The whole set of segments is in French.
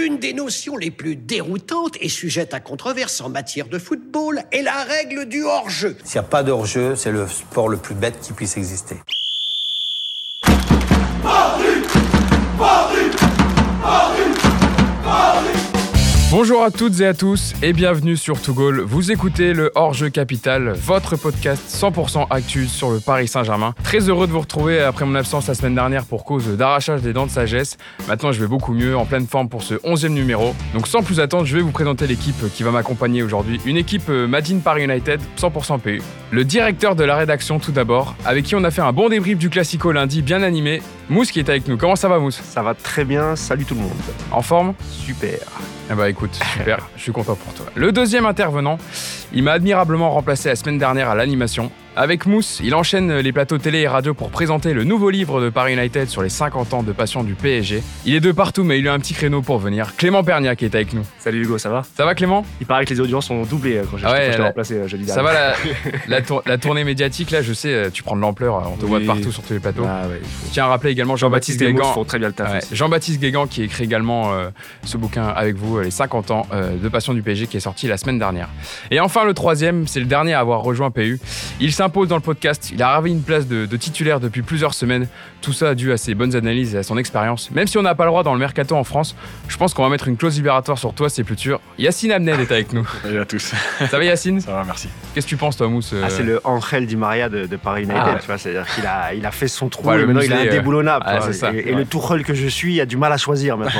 L'une des notions les plus déroutantes et sujette à controverse en matière de football est la règle du hors-jeu. S'il n'y a pas de hors-jeu, c'est le sport le plus bête qui puisse exister. Bonjour à toutes et à tous et bienvenue sur To Goal. Vous écoutez le Hors-Jeu Capital, votre podcast 100% actu sur le Paris Saint-Germain. Très heureux de vous retrouver après mon absence la semaine dernière pour cause d'arrachage des dents de sagesse. Maintenant, je vais beaucoup mieux, en pleine forme pour ce 11e numéro. Donc sans plus attendre, je vais vous présenter l'équipe qui va m'accompagner aujourd'hui. Une équipe Made in Paris United, 100% PU. Le directeur de la rédaction tout d'abord, avec qui on a fait un bon débrief du Classico lundi, bien animé. Mousse qui est avec nous. Comment ça va, Mousse ? Ça va très bien, salut tout le monde. En forme ? Super. Eh bah écoute, super, je suis content pour toi. Le deuxième intervenant, il m'a admirablement remplacé la semaine dernière à l'animation. Avec Mousse, il enchaîne les plateaux télé et radio pour présenter le nouveau livre de Paris United sur les 50 ans de passion du PSG. Il est de partout, mais il a un petit créneau pour venir. Clément Perniac est avec nous. Salut Hugo, ça va ? Ça va Clément ? Il paraît que les audiences ont doublé quand je t'ai remplacé jeudi dernier. Ça va la tournée médiatique, là, je sais, tu prends de l'ampleur, on te voit de partout sur tous les plateaux. Ah ouais, Je tiens à rappeler également Jean-Baptiste Guégan. Font très bien le taf. Ouais, Jean-Baptiste Guégan qui écrit également ce bouquin avec vous, les 50 ans de passion du PSG, qui est sorti la semaine dernière. Et enfin, le troisième, c'est le dernier à avoir rejoint PU. Il s'impose dans le podcast. Il a ravi une place de titulaire depuis plusieurs semaines. Tout ça dû à ses bonnes analyses et à son expérience. Même si on n'a pas le droit dans le mercato en France, je pense qu'on va mettre une clause libératoire sur toi, c'est plus sûr. Yacine Amned est avec nous. Salut à tous. Ça va Yacine ? Ça va, merci. Qu'est-ce que tu penses toi, Mousse ? C'est le Angel Di Maria de Paris United, tu vois, c'est-à-dire qu'il a fait son trou, Ouais, et maintenant muselé, il est indéboulonnable. c'est ça. Et le Tuchel que je suis a du mal à choisir maintenant.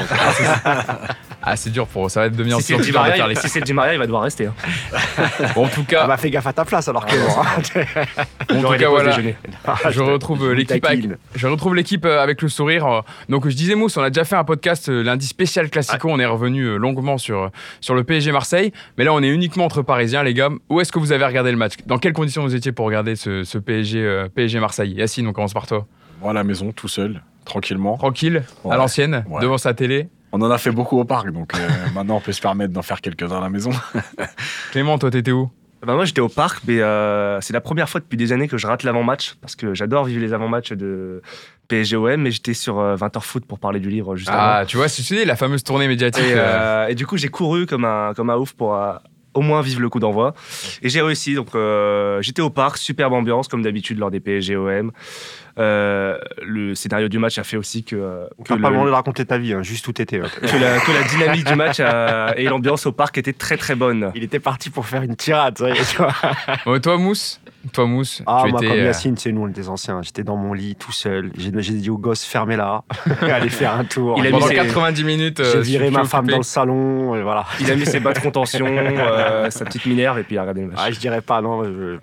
Ah, c'est dur pour eux, ça va devenir si c'est Di Maria, il va devoir rester. Bon, en tout cas, Fais gaffe à ta place alors que en tout cas voilà. Je retrouve l'équipe avec le sourire. Donc je disais Mousse, on a déjà fait un podcast lundi spécial Classico, on est revenu longuement sur le PSG Marseille, mais là on est uniquement entre Parisiens les gars. Où est-ce que vous avez regardé le match ? Dans quelles conditions vous étiez pour regarder ce PSG Marseille ? Yacine, on commence par toi. Moi à la maison, tout seul, tranquillement. Tranquille, à l'ancienne, devant sa télé. On en a fait beaucoup au parc, donc maintenant on peut se permettre d'en faire quelques-uns à la maison. Clément, toi t'étais où ? Moi j'étais au parc, mais c'est la première fois depuis des années que je rate l'avant-match, parce que j'adore vivre les avant-matchs de PSG-OM, mais j'étais sur 20h Foot pour parler du livre juste avant. Ah, tu vois, c'est la fameuse tournée médiatique. Et du coup j'ai couru comme un ouf pour au moins vivre le coup d'envoi. Et j'ai réussi, donc j'étais au parc, superbe ambiance comme d'habitude lors des PSG-OM. Le scénario du match a fait aussi que on t'a pas demandé de raconter ta vie, juste où t'étais. Que la dynamique du match et l'ambiance au parc était très très bonne. Il était parti pour faire une tirade, ça y est, tu vois. Bon, toi Mousse, moi étais, comme Yacine, c'est nous, on était anciens. J'étais dans mon lit tout seul. J'ai dit aux gosses, fermez-la, allez faire un tour. Pendant 90 minutes. J'ai viré ma femme dans le salon, et voilà. Il a mis ses bas de contention, sa petite minerve, et puis il a regardé le match. Je dirais pas, non,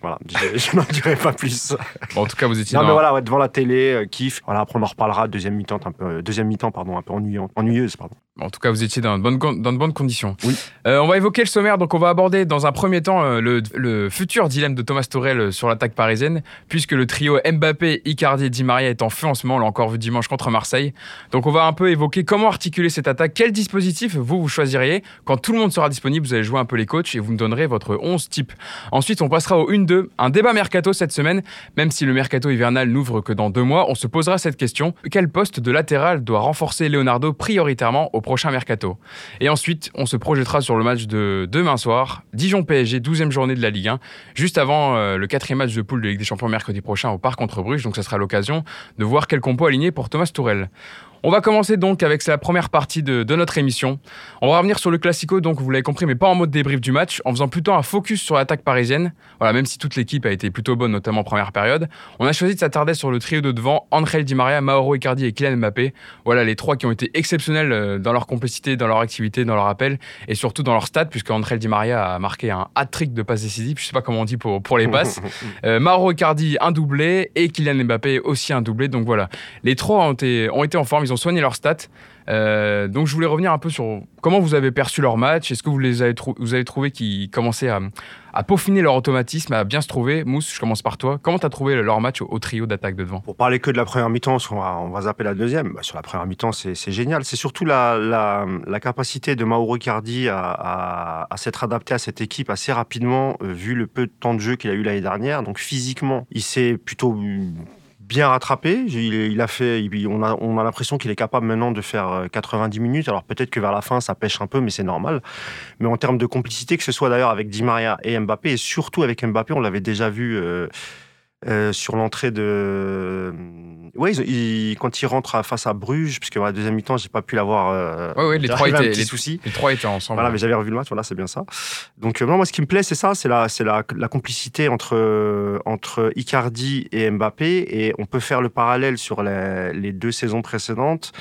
je n'en dirais pas plus. Bon, en tout cas, vous étiez devant la télé, kiff. Voilà, après on en reparlera. Deuxième mi-temps, un peu ennuyeuse. En tout cas, vous étiez dans de bonnes conditions. Oui. On va évoquer le sommaire. Donc, on va aborder dans un premier temps le futur dilemme de Thomas Tuchel sur l'attaque parisienne, puisque le trio Mbappé, Icardi et Di Maria est en feu en ce moment. On l'a encore vu dimanche contre Marseille. Donc, on va un peu évoquer comment articuler cette attaque. Quel dispositif vous choisiriez ? Quand tout le monde sera disponible, vous allez jouer un peu les coachs et vous me donnerez votre 11 type. Ensuite, on passera au 1-2. Un débat mercato cette semaine. Même si le mercato hivernal n'ouvre que dans 2 mois, on se posera cette question. Quel poste de latéral doit renforcer Leonardo prioritairement au prochain mercato ? Et ensuite, on se projettera sur le match de demain soir, Dijon-PSG, 12e journée de la Ligue 1, juste avant le 4e match de poule de Ligue des Champions mercredi prochain au Parc contre Bruges, donc ça sera l'occasion de voir quel compo aligner pour Thomas Tuchel. On va commencer donc avec la première partie de notre émission. On va revenir sur le Classico, donc vous l'avez compris, mais pas en mode débrief du match, en faisant plutôt un focus sur l'attaque parisienne. Voilà, même si toute l'équipe a été plutôt bonne, notamment en première période. On a choisi de s'attarder sur le trio de devant, Angel Di Maria, Mauro Icardi et Kylian Mbappé. Voilà, les trois qui ont été exceptionnels dans leur complicité, dans leur activité, dans leur appel, et surtout dans leur stats, puisque Angel Di Maria a marqué un hat-trick de passes décisives, je sais pas comment on dit pour les passes. Mauro Icardi, un doublé, et Kylian Mbappé aussi un doublé. Donc voilà, les trois ont été en forme, ils ont soigné leurs stats. Donc je voulais revenir un peu sur comment vous avez perçu leur match. Est-ce que vous avez trouvé qu'ils commençaient à peaufiner leur automatisme, à bien se trouver ? Mousse, je commence par toi. Comment tu as trouvé leur match au trio d'attaque de devant ? Pour parler que de la première mi-temps, on va zapper la deuxième. Sur la première mi-temps, c'est génial. C'est surtout la capacité de Mauro Icardi à s'être adapté à cette équipe assez rapidement, vu le peu de temps de jeu qu'il a eu l'année dernière. Donc physiquement, il s'est plutôt bien rattrapé. On a l'impression qu'il est capable maintenant de faire 90 minutes. Alors peut-être que vers la fin, ça pêche un peu, mais c'est normal. Mais en termes de complicité, que ce soit d'ailleurs avec Di Maria et Mbappé, et surtout avec Mbappé, on l'avait déjà vu sur l'entrée de... Oui, quand il rentre face à Bruges, puisque la deuxième mi-temps, j'ai pas pu l'avoir... Oui, les trois étaient, les trois étaient ensemble. Voilà, mais j'avais revu le match, voilà, c'est bien ça. Donc moi, ce qui me plaît, c'est ça, c'est la complicité entre Icardi et Mbappé, et on peut faire le parallèle sur les 2 saisons précédentes.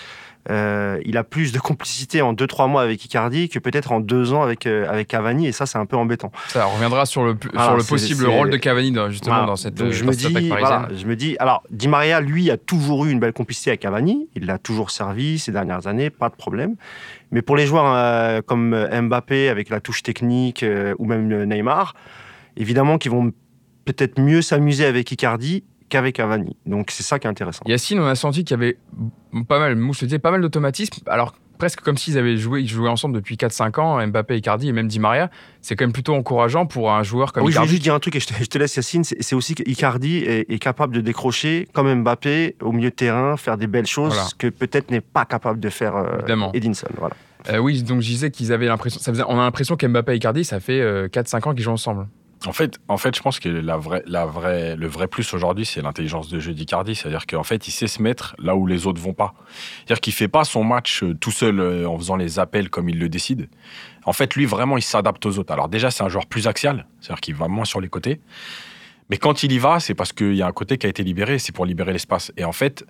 Il a plus de complicité en 2-3 mois avec Icardi que peut-être en 2 ans avec Cavani, et ça, c'est un peu embêtant. Ça reviendra sur le possible rôle de Cavani justement dans cette attaque parisienne. Je me dis, alors Di Maria, lui, a toujours eu une belle complicité avec Cavani, il l'a toujours servi ces dernières années, pas de problème. Mais pour les joueurs comme Mbappé, avec la touche technique, ou même Neymar, évidemment qu'ils vont peut-être mieux s'amuser avec Icardi qu'avec Cavani. Donc c'est ça qui est intéressant. Yacine, on a senti qu'il y avait pas mal d'automatisme, alors presque comme s'ils jouaient ensemble depuis 4-5 ans, Mbappé, Icardi et même Di Maria. C'est quand même plutôt encourageant pour un joueur comme Icardi. Je voulais juste dire un truc et je te laisse, Yacine, c'est aussi qu'Icardi est capable de décrocher comme Mbappé au milieu de terrain, faire des belles choses que peut-être n'est pas capable de faire Edinson. Voilà. Oui, donc je disais qu'ils avaient l'impression, on a l'impression qu'Mbappé et Icardi, ça fait 4-5 ans qu'ils jouent ensemble. En fait, je pense que le vrai plus aujourd'hui, c'est l'intelligence de jeu d'Icardi. C'est-à-dire qu'en fait, il sait se mettre là où les autres vont pas. C'est-à-dire qu'il fait pas son match tout seul en faisant les appels comme il le décide. En fait, lui, vraiment, il s'adapte aux autres. Alors déjà, c'est un joueur plus axial. C'est-à-dire qu'il va moins sur les côtés. Mais quand il y va, c'est parce qu'il y a un côté qui a été libéré. C'est pour libérer l'espace. Et en fait,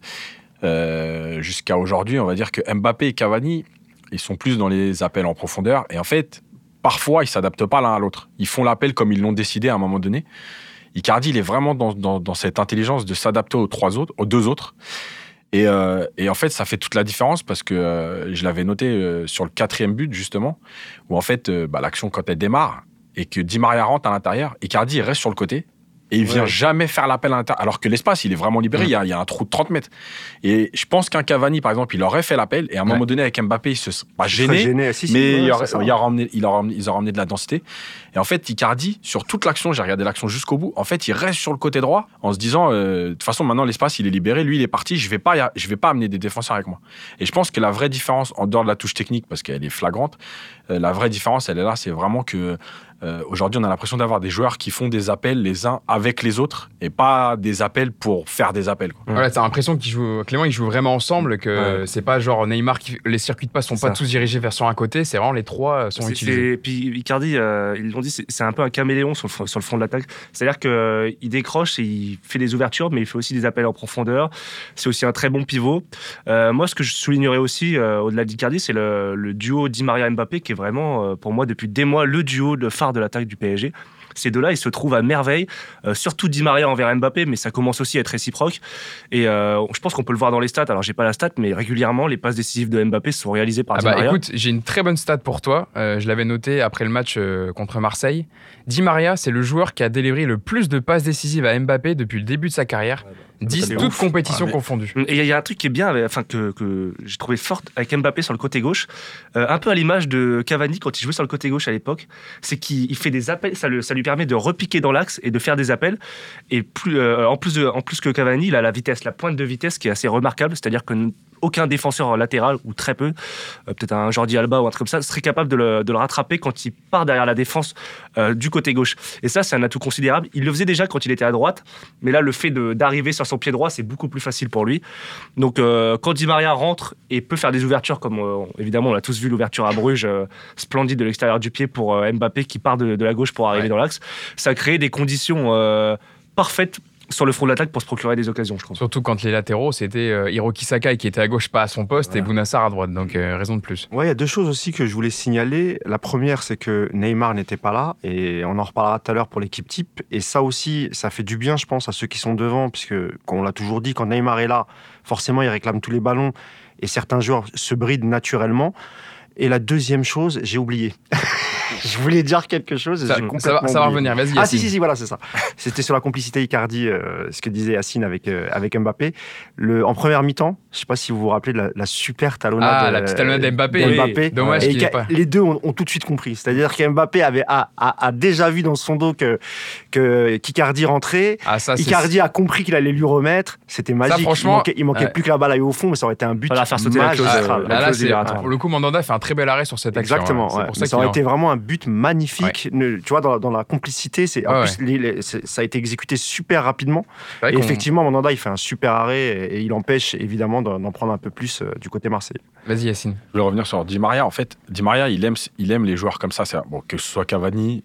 jusqu'à aujourd'hui, on va dire que Mbappé et Cavani, ils sont plus dans les appels en profondeur. Et en fait, parfois, ils ne s'adaptent pas l'un à l'autre. Ils font l'appel comme ils l'ont décidé à un moment donné. Icardi, il est vraiment dans cette intelligence de s'adapter aux 2 autres. Et en fait, ça fait toute la différence parce que je l'avais noté sur le 4e but, justement, où en fait, l'action, quand elle démarre et que Di Maria rentre à l'intérieur, Icardi, il reste sur le côté. Et il vient jamais faire l'appel à l'intérieur. Alors que l'espace, il est vraiment libéré. Il y a un trou de 30 mètres. Et je pense qu'un Cavani, par exemple, il aurait fait l'appel. Et à un moment donné, avec Mbappé, il se serait pas gêné. Mais ils auraient ramené de la densité. Et en fait, Icardi, sur toute l'action, j'ai regardé l'action jusqu'au bout. En fait, il reste sur le côté droit en se disant, de toute façon, maintenant, l'espace, il est libéré. Lui, il est parti. Je vais pas amener des défenseurs avec moi. Et je pense que la vraie différence, en dehors de la touche technique, parce qu'elle est flagrante, la vraie différence, elle est là. C'est vraiment que aujourd'hui, on a l'impression d'avoir des joueurs qui font des appels les uns avec les autres et pas des appels pour faire des appels. Quoi. Voilà, t'as l'impression Clément, ils jouent vraiment ensemble, que c'est pas genre Neymar, les circuits de passe sont pas tous dirigés vers sur un côté, c'est vraiment les 3 sont utilisés. Et puis Icardi, ils l'ont dit, c'est un peu un caméléon sur le front de l'attaque. C'est-à-dire qu'il décroche et il fait des ouvertures, mais il fait aussi des appels en profondeur. C'est aussi un très bon pivot. Moi, ce que je soulignerais aussi, au-delà d'Icardi, c'est le duo Di Maria-Mbappé, qui est vraiment, pour moi, depuis des mois, le duo de phare de l'attaque du PSG. Ces 2-là, ils se trouvent à merveille, surtout Di Maria envers Mbappé, mais ça commence aussi à être réciproque. Et je pense qu'on peut le voir dans les stats. Alors, j'ai pas la stat, mais régulièrement, les passes décisives de Mbappé sont réalisées par Di Maria. Écoute, j'ai une très bonne stat pour toi. Je l'avais noté après le match contre Marseille. Di Maria, c'est le joueur qui a délivré le plus de passes décisives à Mbappé depuis le début de sa carrière. 10, toutes compétitions confondues. Et il y a un truc qui est bien, que j'ai trouvé fort avec Mbappé sur le côté gauche, un peu à l'image de Cavani quand il jouait sur le côté gauche à l'époque, c'est qu'il fait des appels, ça lui permet de repiquer dans l'axe et de faire des appels. Et en plus que Cavani, il a la pointe de vitesse qui est assez remarquable, c'est-à-dire que aucun défenseur latéral, ou très peu, peut-être un Jordi Alba ou un truc comme ça, serait capable de le rattraper quand il part derrière la défense du côté gauche. Et ça, c'est un atout considérable. Il le faisait déjà quand il était à droite, mais là, le fait d'arriver sur son pied droit, c'est beaucoup plus facile pour lui. Donc, quand Di Maria rentre et peut faire des ouvertures, comme évidemment, on a tous vu l'ouverture à Bruges, splendide de l'extérieur du pied pour Mbappé qui part de la gauche pour arriver dans l'axe, ça crée des conditions parfaites sur le front de l'attaque pour se procurer des occasions, je crois. Surtout quand les latéraux, c'était Hiroki Sakai qui était à gauche, pas à son poste, et Bounassar à droite, donc raison de plus. Ouais, il y a 2 choses aussi que je voulais signaler. La première, c'est que Neymar n'était pas là, et on en reparlera tout à l'heure pour l'équipe type. Et ça aussi, ça fait du bien, je pense, à ceux qui sont devant, puisque, comme on l'a toujours dit, quand Neymar est là, forcément, il réclame tous les ballons, et certains joueurs se brident naturellement. Et la deuxième chose, j'ai oublié. Je voulais dire quelque chose. Ça va revenir, vas-y. Ah si, voilà, c'est ça. C'était sur la complicité Icardi, ce que disait Yacine avec Mbappé. En première mi-temps, je ne sais pas si vous vous rappelez de la super talonnade. La petite talonnade d'Mbappé. Dommage qu'il n'ait pas. Les deux ont tout de suite compris. C'est-à-dire qu'Mbappé a déjà vu dans son dos qu'Icardi rentrait. Icardi a compris qu'il allait lui remettre. C'était magique. Ça, il manquait plus que la balle aille au fond, mais ça aurait été un but magistral. Pour le coup, Mandanda fait un très bel arrêt sur cette action. Exactement. Ça aurait été vraiment un but magnifique. Tu vois, dans la complicité, ça a été exécuté super rapidement. Et effectivement, Mandanda, il fait un super arrêt et il empêche évidemment d'en prendre un peu plus du côté marseillais. Vas-y, Yacine. Je vais revenir sur Di Maria. En fait, Di Maria, il aime les joueurs comme ça. Bon, que ce soit Cavani,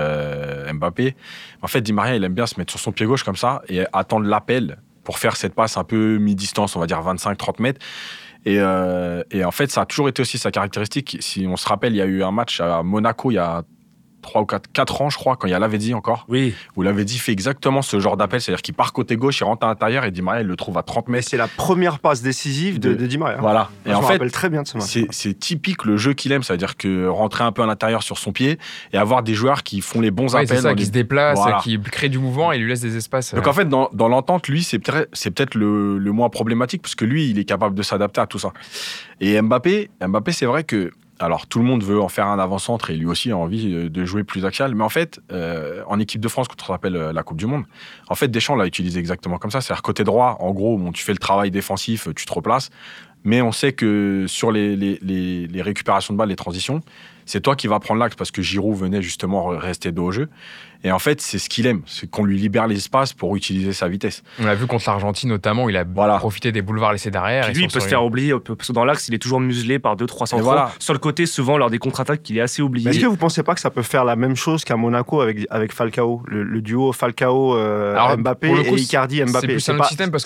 Mbappé. En fait, Di Maria, il aime bien se mettre sur son pied gauche comme ça et attendre l'appel pour faire cette passe un peu mi-distance, on va dire 25-30 mètres. Et en fait, ça a toujours été aussi sa caractéristique. Si on se rappelle, il y a eu un match à Monaco il y a 3 ou 4 ans, je crois, quand il y a Lavezzi encore. Oui. Où Lavezzi fait exactement ce genre d'appel, c'est-à-dire qu'il part côté gauche, il rentre à l'intérieur et Di Maria, il le trouve à 30 mètres. C'est la première passe décisive de Di Maria. Voilà. Et en fait, je me rappelle très bien de ce match. C'est typique le jeu qu'il aime, c'est-à-dire que rentrer un peu à l'intérieur sur son pied et avoir des joueurs qui font les bons appels. C'est ça, qui se déplacent, qui créent du mouvement et lui laissent des espaces. Donc en fait, dans l'entente, lui, c'est peut-être le moins problématique, parce que lui, il est capable de s'adapter à tout ça. Et Mbappé, c'est vrai que alors, tout le monde veut en faire un avant-centre et lui aussi a envie de jouer plus axial. Mais en fait, en équipe de France, quand on se rappelle la Coupe du Monde, en fait, Deschamps l'a utilisé exactement comme ça. C'est-à-dire, côté droit, en gros, tu fais le travail défensif, tu te replaces. Mais on sait que sur les récupérations de balles, les transitions, c'est toi qui vas prendre l'axe parce que Giroud venait justement rester dos au jeu. Et en fait, c'est ce qu'il aime, c'est qu'on lui libère l'espace pour utiliser sa vitesse. On l'a vu contre l'Argentine notamment, où il a profité des boulevards laissés derrière. Puis lui, il peut se faire oublier, parce que dans l'axe, il est toujours muselé par 2-3 centraux. Sur le côté, souvent, lors des contre-attaques, il est assez oublié. Est-ce que vous ne pensez pas que ça peut faire la même chose qu'à Monaco avec Falcao, le duo Falcao-Mbappé et Icardi-Mbappé? C'est plus un autre système, parce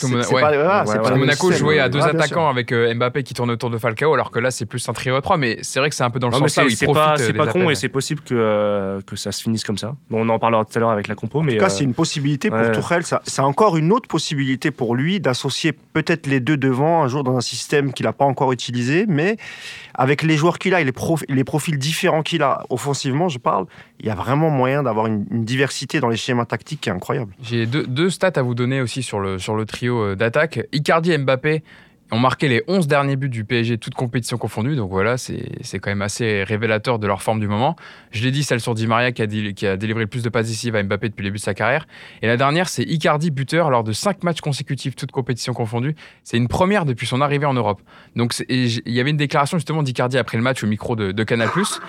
que Monaco jouait à 2 attaquants avec Mbappé qui tourne autour de Falcao, alors que là, c'est plus un trio à 3. Mais c'est vrai que c'est un peu dans le sens là où il profite. C'est pas con, et c'est possible que ça se finisse comme ça. On en parlera tout à l'heure avec la compo. Mais en tout cas, c'est une possibilité pour Tuchel. C'est encore une autre possibilité pour lui d'associer peut-être les deux devant un jour dans un système qu'il n'a pas encore utilisé, mais avec les joueurs qu'il a et les profils différents qu'il a offensivement, je parle, il y a vraiment moyen d'avoir une diversité dans les schémas tactiques qui est incroyable. J'ai deux stats à vous donner aussi sur le trio d'attaque. Icardi et Mbappé ont marqué les 11 derniers buts du PSG, toutes compétitions confondues. Donc voilà, c'est quand même assez révélateur de leur forme du moment. Je l'ai dit, celle sur Di Maria qui a délivré le plus de passes décisives à Mbappé depuis le début de sa carrière. Et la dernière, c'est Icardi buteur lors de 5 matchs consécutifs, toutes compétitions confondues. C'est une première depuis son arrivée en Europe. Donc il y avait une déclaration justement d'Icardi après le match au micro de Canal+,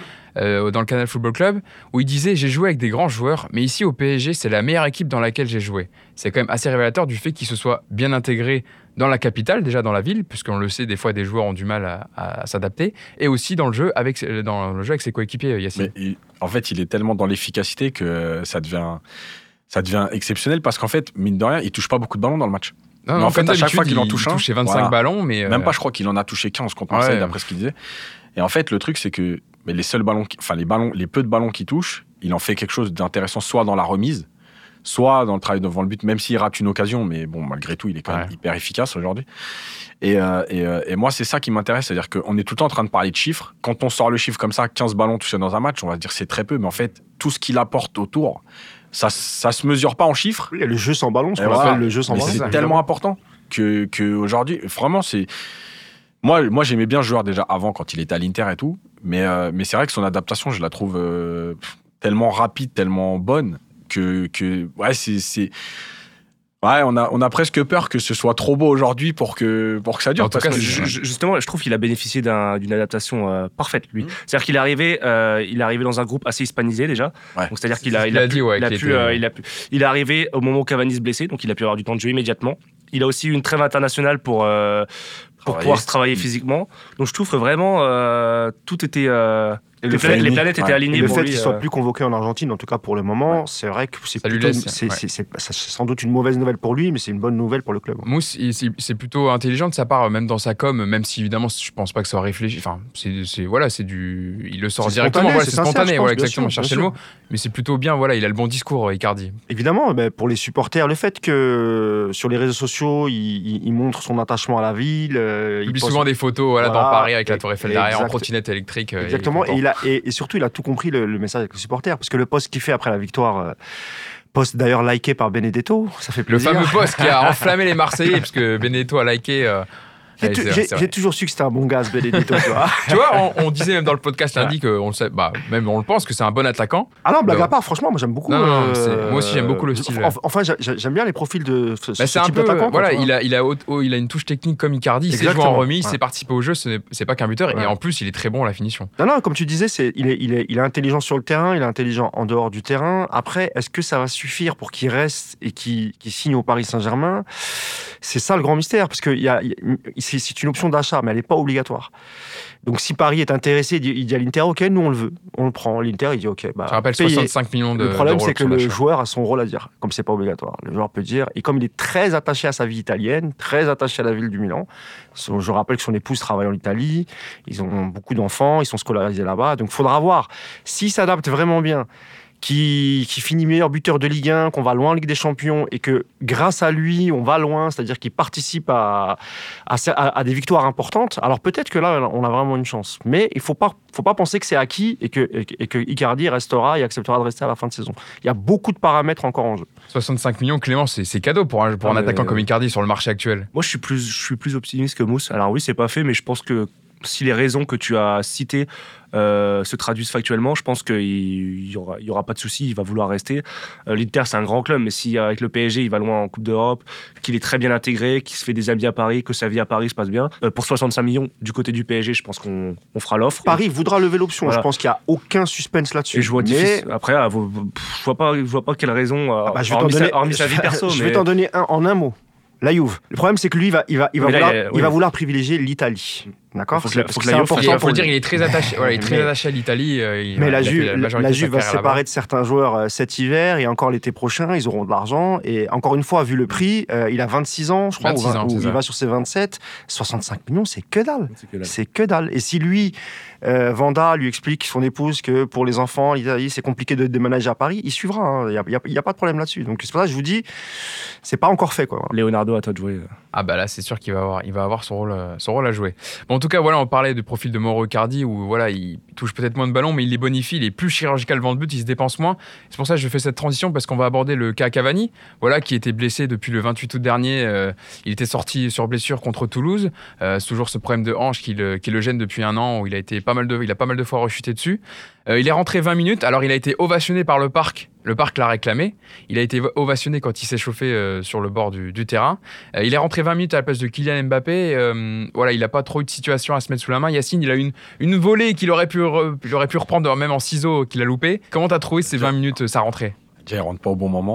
dans le Canal Football Club, où il disait « J'ai joué avec des grands joueurs, mais ici au PSG, c'est la meilleure équipe dans laquelle j'ai joué. » C'est quand même assez révélateur du fait qu'il se soit bien intégré dans la capitale, déjà dans la ville, puisqu'on le sait, des fois, des joueurs ont du mal à s'adapter, et aussi dans le jeu avec ses coéquipiers, Yacine. Mais en fait, il est tellement dans l'efficacité que ça devient exceptionnel, parce qu'en fait, mine de rien, il touche pas beaucoup de ballons dans le match. Non, mais en fait, à chaque fois qu'il en touche un, il touche 25 ballons, mais... Même pas, je crois qu'il en a touché 15 contre Marseille, d'après ce qu'il disait. Et en fait, le truc, c'est que les peu de ballons qu'il touche, il en fait quelque chose d'intéressant, soit dans la remise, soit dans le travail devant le but, même s'il rate une occasion, mais bon, malgré tout, il est quand même hyper efficace aujourd'hui. Et moi, c'est ça qui m'intéresse, c'est-à-dire qu'on est tout le temps en train de parler de chiffres. Quand on sort le chiffre comme ça, 15 ballons touchés dans un match, on va se dire c'est très peu, mais en fait, tout ce qu'il apporte autour, ça se mesure pas en chiffres. Il y a le jeu sans ballon, ce qu'on appelle le jeu sans ballon. C'est tellement important que aujourd'hui, vraiment, c'est... Moi, j'aimais bien le joueur déjà avant, quand il était à l'Inter et tout, mais c'est vrai que son adaptation, je la trouve tellement rapide, tellement bonne, on a presque peur que ce soit trop beau aujourd'hui pour que ça dure. En tout cas, justement, je trouve qu'il a bénéficié d'une adaptation parfaite, lui. C'est-à-dire qu'il est arrivé dans un groupe assez hispanisé déjà. Ouais. Donc, c'est-à-dire qu'il est arrivé au moment où Cavani se blessait, donc il a pu avoir du temps de jeu immédiatement. Il a aussi eu une trêve internationale pour pouvoir se travailler physiquement. Donc je trouve que vraiment tout était... les planètes étaient alignées pour lui. Le fait qu'il soit plus convoqué en Argentine, en tout cas pour le moment, c'est vrai que c'est sans doute une mauvaise nouvelle pour lui, mais c'est une bonne nouvelle pour le club. Mousse, c'est plutôt intelligent de sa part, même dans sa com, même si évidemment je pense pas que ça soit réfléchi. Enfin, il le sort directement. C'est spontané, exactement. Chercher le mot, mais c'est plutôt bien. Voilà, il a le bon discours, Icardi. Évidemment, pour les supporters, le fait que sur les réseaux sociaux, il montre son attachement à la ville. Il publie souvent des photos dans Paris avec la Tour Eiffel derrière en trottinette électrique. Exactement. Et et surtout, il a tout compris le message avec les supporters. Parce que le post qu'il fait après la victoire, post d'ailleurs liké par Benedetto, ça fait plaisir. Le fameux post qui a enflammé les Marseillais, parce que Benedetto a liké. J'ai toujours su que c'était un bon gars, ce Benedetto, tu vois. Tu vois, on disait même dans le podcast lundi qu'on le sait, même on le pense que c'est un bon attaquant. Ah non, blague à part, franchement, moi j'aime beaucoup. Non, moi aussi j'aime beaucoup le style. Enfin, j'aime bien les profils de ce c'est un type peu, d'attaquant. voilà, il a une touche technique comme Icardi, il sait jouer en remise, il sait participer au jeu, c'est pas qu'un buteur, et en plus il est très bon à la finition. Non, comme tu disais, il est intelligent sur le terrain, il est intelligent en dehors du terrain. Après, est-ce que ça va suffire pour qu'il reste et qu'il signe au Paris Saint-Germain? C'est ça le grand mystère, parce que c'est une option d'achat, mais elle n'est pas obligatoire. Donc si Paris est intéressé, il dit à l'Inter, ok, nous on le veut, on le prend. L'Inter, il dit ok. Ça rappelle 65 millions d'euros. Le problème, c'est que le joueur a son rôle à dire, comme c'est pas obligatoire. Le joueur peut dire, et comme il est très attaché à sa vie italienne, très attaché à la ville du Milan, je rappelle que son épouse travaille en Italie, ils ont beaucoup d'enfants, ils sont scolarisés là-bas, donc il faudra voir s'il s'adapte vraiment bien, qui finit meilleur buteur de Ligue 1, qu'on va loin en Ligue des Champions, et que grâce à lui, on va loin, c'est-à-dire qu'il participe à des victoires importantes, alors peut-être que là, on a vraiment une chance. Mais il ne faut pas penser que c'est acquis et que Icardi restera et acceptera de rester à la fin de saison. Il y a beaucoup de paramètres encore en jeu. 65 millions, Clément, c'est cadeau pour un attaquant comme Icardi sur le marché actuel. Moi, je suis plus optimiste que Mousse. Alors oui, c'est pas fait, mais je pense que si les raisons que tu as citées se traduisent factuellement, je pense qu'il y aura pas de souci, il va vouloir rester. L'Inter, c'est un grand club, mais si avec le PSG, il va loin en Coupe d'Europe, qu'il est très bien intégré, qu'il se fait des amis à Paris, que sa vie à Paris se passe bien, pour 65 millions du côté du PSG, je pense qu'on fera l'offre. Paris voudra lever l'option, voilà. Je pense qu'il n'y a aucun suspense là-dessus. Et je vois après, je vois pas quelle raison, hormis sa vie perso. Je vais t'en donner en un mot. La Juve. Le problème, c'est que lui, il va vouloir privilégier l'Italie. D'accord. Il faut dire, il est très attaché. Voilà, il est très attaché à l'Italie. Mais la Juve va se séparer de certains joueurs cet hiver et encore l'été prochain. Ils auront de l'argent. Et encore une fois, vu le prix, il a 26 ans, je crois, ou il va sur ses 27. 65 millions, c'est que dalle. C'est que dalle. Et si lui, Vanda lui explique son épouse que pour les enfants, l'Italie, c'est compliqué de déménager à Paris, il suivra. Il n'y a pas de problème là-dessus. Donc c'est pour ça que je vous dis, c'est pas encore fait, quoi. Voilà. Leonardo, à toi de jouer. Ah bah là, c'est sûr qu'il va avoir son rôle à jouer. Bon, en tout cas, voilà, on parlait du profil de Mauro Icardi où voilà, il touche peut-être moins de ballons, mais il les bonifie, il est plus chirurgical devant le but, il se dépense moins. C'est pour ça que je fais cette transition parce qu'on va aborder le cas Cavani, voilà, qui était blessé depuis le 28 août dernier. Il était sorti sur blessure contre Toulouse. C'est toujours ce problème de hanche qui le gêne depuis un an où il a pas mal de fois rechuté dessus. Il est rentré 20 minutes. Alors, il a été ovationné par le Parc. Le Parc l'a réclamé. Il a été ovationné quand il s'est chauffé sur le bord du terrain. Il est rentré 20 minutes à la place de Kylian Mbappé. Voilà, il n'a pas trop eu de situation à se mettre sous la main. Yacine, il a eu une volée qu'il aurait pu reprendre même en ciseaux qu'il a loupé. Comment t'as trouvé ces 20 minutes, sa rentrée? Déjà, il rentre pas au bon moment.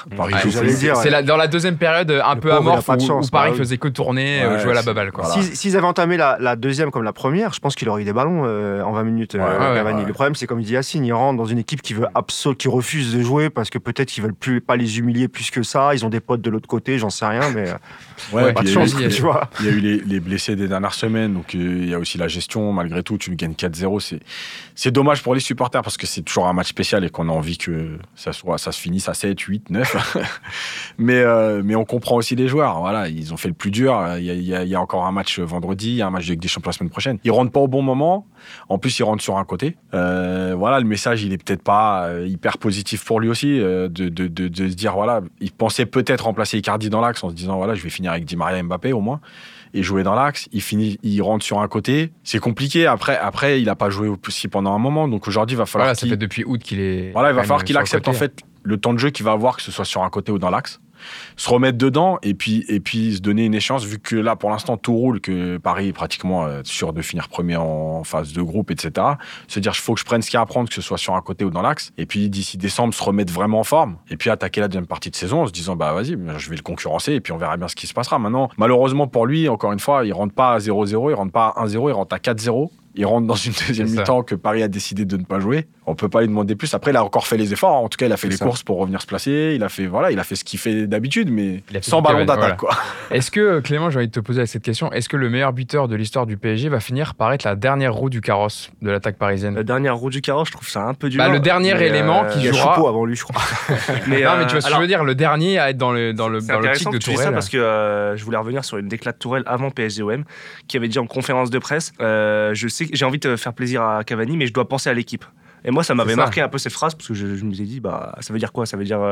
C'est dans la deuxième période un peu amorphe où Paris faisait que tourner, jouer à la baballe. Voilà. S'ils avaient entamé la deuxième comme la première, je pense qu'il aurait eu des ballons en 20 minutes. Cavani. Le problème, c'est comme il dit Yacine, il rentre dans une équipe qui refuse de jouer parce que peut-être qu'ils veulent pas les humilier plus que ça. Ils ont des potes de l'autre côté, j'en sais rien, mais pas de chance, tu vois. Il y a eu les blessés des dernières semaines, donc il y a aussi la gestion. Malgré tout, tu gagnes 4-0. C'est dommage pour les supporters parce que c'est toujours un match spécial et qu'on a envie que ça se finisse à 7, 8, 9. mais on comprend aussi les joueurs. Voilà, ils ont fait le plus dur. Il y a encore un match vendredi, il y a un match de Ligue des Champions la semaine prochaine. Ils rentrent pas au bon moment. En plus, ils rentrent sur un côté. Voilà, le message, il est peut-être pas hyper positif pour lui aussi de se dire voilà, il pensait peut-être remplacer Icardi dans l'axe en se disant voilà, je vais finir avec Di Maria, Mbappé au moins. Et jouer dans l'axe, il rentre sur un côté. C'est compliqué. Après, il a pas joué aussi pendant un moment. Donc aujourd'hui, il va falloir. Voilà, ça fait depuis août qu'il est. Voilà, il va falloir qu'il accepte en fait le temps de jeu qu'il va avoir, que ce soit sur un côté ou dans l'axe, se remettre dedans et puis se donner une échéance, vu que là, pour l'instant, tout roule, que Paris est pratiquement sûr de finir premier en phase de groupe, etc. Se dire, il faut que je prenne ce qu'il y a à prendre, que ce soit sur un côté ou dans l'axe. Et puis, d'ici décembre, se remettre vraiment en forme. Et puis, attaquer la deuxième partie de saison en se disant, bah vas-y, je vais le concurrencer et puis on verra bien ce qui se passera. Maintenant, malheureusement pour lui, encore une fois, il rentre pas à 0-0, il rentre pas à 1-0, il rentre à 4-0. Il rentre dans une deuxième mi-temps que Paris a décidé de ne pas jouer. On peut pas lui demander plus. Après, il a encore fait les efforts. En tout cas, il a fait les courses pour revenir se placer. Il a fait ce qu'il fait d'habitude, mais sans ballon d'attaque, quoi. Est-ce que, Clément, j'ai envie de te poser cette question, est-ce que le meilleur buteur de l'histoire du PSG va finir par être la dernière roue du carrosse de l'attaque parisienne? La dernière roue du carrosse, je trouve ça un peu dur. Le dernier élément qui jouera. Il y a Choupeau avant lui, je crois. Non, mais tu vois ce que je veux dire, le dernier à être dans l'optique de Tourelle. C'est ça parce que je voulais revenir sur une déclat de Tourelle avant PSG-OM, qui avait dit en conférence de presse, je sais sais que j'ai envie de faire plaisir à Cavani, mais je dois penser à l'équipe. Et moi, ça m'avait marqué un peu cette phrase, parce que je me suis dit, ça veut dire quoi ? Ça veut dire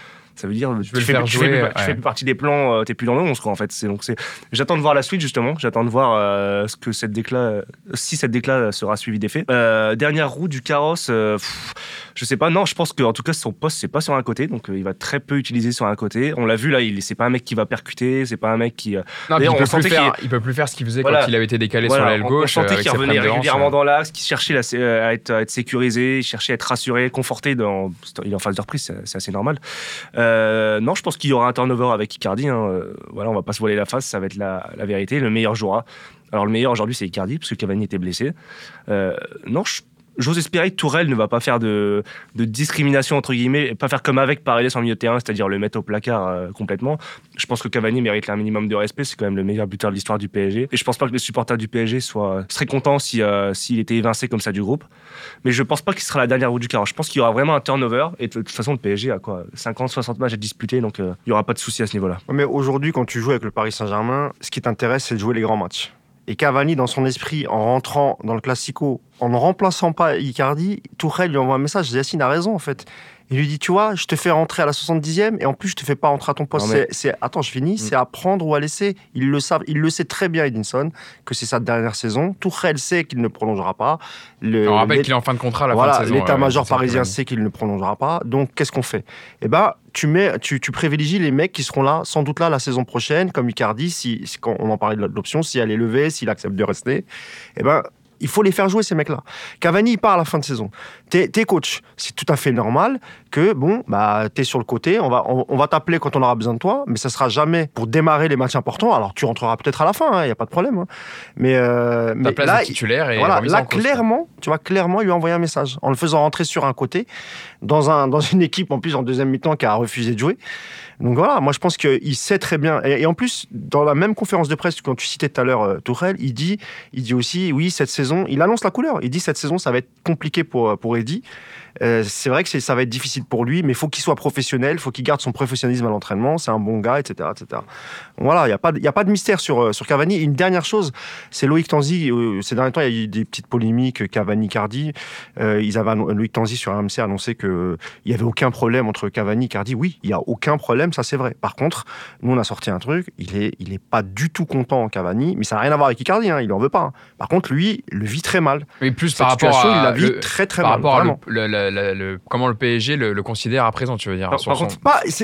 tu fais plus partie des plans, t'es plus dans le 11, quoi, en fait. J'attends de voir la suite, justement. J'attends de voir si cette déclat sera suivie des faits. Dernière roue du carrosse, je sais pas. Non, je pense qu'en tout cas, son poste, c'est pas sur un côté, donc il va très peu utiliser sur un côté. On l'a vu, là, c'est pas un mec qui va percuter, c'est pas un mec qui... Non, il peut plus faire ce qu'il faisait quand il avait été décalé sur l'aile gauche. On sentait qu'il revenait régulièrement dans l'axe, qu'il cherchait à être sécurisé, il cherchait à être rassuré, conforté. Il est en phase de reprise, c'est assez normal. Non, je pense qu'il y aura un turnover avec Icardi. Voilà, on va pas se voiler la face, ça va être la vérité. Le meilleur jouera. Alors le meilleur aujourd'hui, c'est Icardi, parce que Cavani était blessé. Non, j'ose espérer que Tourelle ne va pas faire de discrimination, entre guillemets, et pas faire comme avec Paredes en milieu de terrain, c'est-à-dire le mettre au placard complètement. Je pense que Cavani mérite un minimum de respect, c'est quand même le meilleur buteur de l'histoire du PSG. Et je pense pas que les supporters du PSG seraient contents s'il était évincé comme ça du groupe. Mais je pense pas qu'il sera la dernière roue du carrosse. Je pense qu'il y aura vraiment un turnover. Et de toute façon, le PSG a 50, 60 matchs à disputer, donc il y aura pas de souci à ce niveau-là. Mais aujourd'hui, quand tu joues avec le Paris Saint-Germain, ce qui t'intéresse, c'est de jouer les grands matchs. Et Cavani, dans son esprit, en rentrant dans le Classico, en ne remplaçant pas Icardi, Tourelle lui envoie un message. Yacine a raison, en fait. Il lui dit, tu vois, je te fais rentrer à la 70e et en plus, je te fais pas rentrer à ton poste. Attends, je finis. C'est à prendre ou à laisser. Ils le savent. Il le sait très bien, Edinson, que c'est sa dernière saison. Tourelle sait qu'il ne prolongera pas. On rappelle qu'il est en fin de contrat à la fin de saison. L'état-major parisien sait qu'il ne prolongera pas. Donc, qu'est-ce qu'on fait ? Eh ben, tu privilégies les mecs qui seront là, sans doute là, la saison prochaine, comme Icardi, quand on en parlait de l'option, si elle est levée, s'il accepte de rester. Eh ben, il faut les faire jouer, ces mecs-là. Cavani, il part à la fin de saison. T'es coach. C'est tout à fait normal que, t'es sur le côté, on va t'appeler quand on aura besoin de toi, mais ça sera jamais pour démarrer les matchs importants. Alors, tu rentreras peut-être à la fin, il n'y a pas de problème. Hein. Mais place là, de titulaire et clairement, tu vas clairement lui envoyer un message en le faisant rentrer sur un côté, dans une équipe, en plus, en deuxième mi-temps, qui a refusé de jouer. Donc voilà, moi je pense qu'il sait très bien. Et en plus, dans la même conférence de presse, quand tu citais tout à l'heure Tourelle, il dit aussi, oui, cette saison, il annonce la couleur. Il dit cette saison, ça va être compliqué pour Eddy. C'est vrai que ça va être difficile pour lui, mais il faut qu'il soit professionnel, il faut qu'il garde son professionnalisme à l'entraînement, c'est un bon gars, etc. etc. Voilà, il n'y a pas de mystère sur Cavani. Et une dernière chose, c'est Loïc Tanzi. Ces derniers temps, il y a eu des petites polémiques Cavani-Cardi. Loïc Tanzi sur RMC a annoncé qu'il n'y avait aucun problème entre Cavani et Cardi. Oui, il n'y a aucun problème, ça c'est vrai. Par contre, nous on a sorti un truc, il est pas du tout content Cavani, mais ça n'a rien à voir avec Icardi, il en veut pas. Par contre, lui, le vit très mal. Mais plus cette par rapport situation, il la vit très très mal. Par rapport à comment le PSG le considère à présent, tu veux dire. Par contre,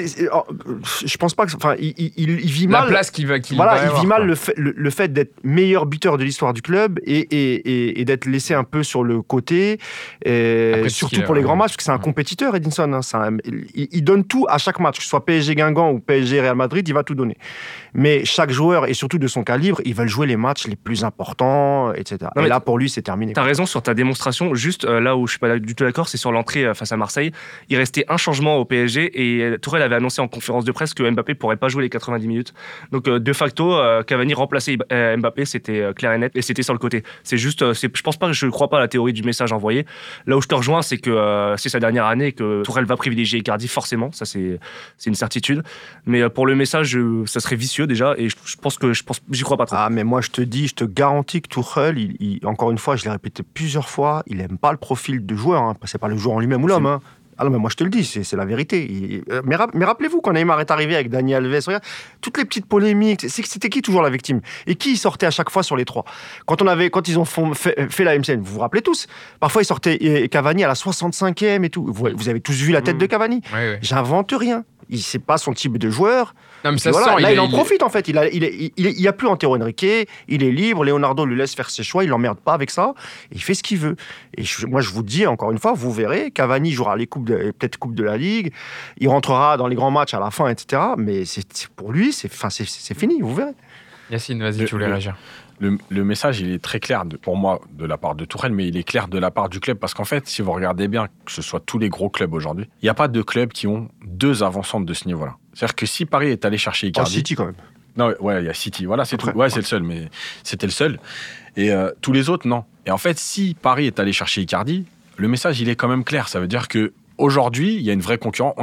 je pense pas que. Enfin, il vit mal. La place qu'il il vit mal le fait d'être meilleur buteur de l'histoire du club et d'être laissé un peu sur le côté, surtout pour les grands matchs, parce que c'est un compétiteur, Edinson. Il donne tout à chaque match, que ce soit PSG Guingamp ou PSG Real Madrid, il va tout donner. Mais chaque joueur, et surtout de son calibre, ils veulent jouer les matchs les plus importants, etc. Et là, pour lui, c'est terminé. T'as raison sur ta démonstration. Juste là où je suis pas du tout d'accord, c'est sur l'entrée face à Marseille. Il restait un changement au PSG et Tourelle avait annoncé en conférence de presse que Mbappé pourrait pas jouer les 90 minutes. Donc de facto, Cavani remplaçait Mbappé, c'était clair et net, et c'était sur le côté. C'est juste, je crois pas à la théorie du message envoyé. Là où je te rejoins, c'est que c'est sa dernière année et que Tourelle va privilégier Icardi forcément. Ça c'est une certitude. Mais pour le message, ça serait vicieux déjà, et j'y crois pas trop. Ah, mais moi je te garantis que Tourelle, encore une fois, je l'ai répété plusieurs fois, il aime pas le profil de joueur. Hein. C'est pas le joueur en lui-même ou l'homme. Hein. Ah non, mais moi je te le dis, c'est la vérité. Mais rappelez-vous, quand Neymar est arrivé avec Dani Alves, regarde, toutes les petites polémiques, c'était qui toujours la victime ? Et qui sortait à chaque fois sur les trois ? Quand ils ont fait la MCN, vous vous rappelez tous ? Parfois ils sortaient Cavani à la 65e et tout. Vous avez tous vu la tête de Cavani ? Oui. J'invente rien. C'est pas son type de joueur. Non, mais ça voilà, sent, là, il en profite en fait. Il y a plus Antero Henrique. Il est libre. Leonardo lui laisse faire ses choix. Il l'emmerde pas avec ça. Et il fait ce qu'il veut. Et moi, je vous dis encore une fois, vous verrez, Cavani jouera les peut-être Coupe de la Ligue. Il rentrera dans les grands matchs à la fin, etc. Mais pour lui, c'est fini. Vous verrez. Yacine, vas-y, tu voulais réagir. Le message, il est très clair pour moi de la part de Tourelle, mais il est clair de la part du club parce qu'en fait, si vous regardez bien, que ce soit tous les gros clubs aujourd'hui, il n'y a pas de clubs qui ont deux avant-centres de ce niveau-là. C'est-à-dire que si Paris est allé chercher Icardi... City quand même. Non, ouais, il y a City. Voilà, c'est tout. Ouais, c'est le seul, mais c'était le seul. Et tous les autres, non. Et en fait, si Paris est allé chercher Icardi, le message, il est quand même clair. Ça veut dire que aujourd'hui, il y a une vraie concurrence.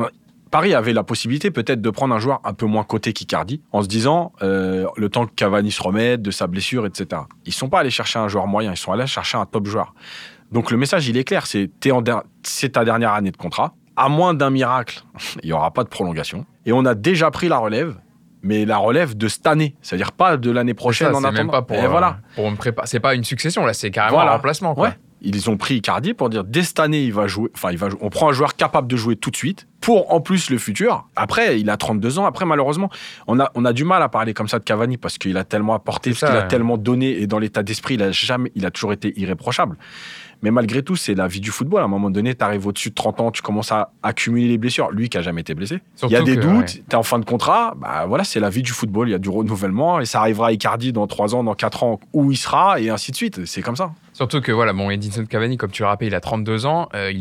Paris avait la possibilité peut-être de prendre un joueur un peu moins coté qu'Icardi, en se disant le temps que Cavani se remette de sa blessure, etc. Ils sont pas allés chercher un joueur moyen, ils sont allés chercher un top joueur. Donc le message, il est clair, c'est ta dernière année de contrat. À moins d'un miracle, il n'y aura pas de prolongation. Et on a déjà pris la relève, mais la relève de cette année, c'est-à-dire pas de l'année prochaine en attendant. Même pas pour me préparer. C'est pas une succession là, c'est carrément un remplacement. Quoi. Ouais. Ils ont pris Icardi pour dire dès cette année, il va jouer. On prend un joueur capable de jouer tout de suite pour en plus le futur. Après, il a 32 ans. Après, malheureusement, on a du mal à parler comme ça de Cavani parce qu'il a tellement apporté, qu'il a tellement donné et dans l'état d'esprit, il a toujours été irréprochable. Mais malgré tout, c'est la vie du football. À un moment donné, tu arrives au-dessus de 30 ans, tu commences à accumuler les blessures. Lui qui n'a jamais été blessé. Surtout il y a des doutes, tu es en fin de contrat. Bah, voilà, c'est la vie du football. Il y a du renouvellement et ça arrivera à Icardi dans 3 ans, dans 4 ans, où il sera et ainsi de suite. C'est comme ça. Surtout que voilà, Edinson Cavani, comme tu le rappelles, il a 32 ans. Il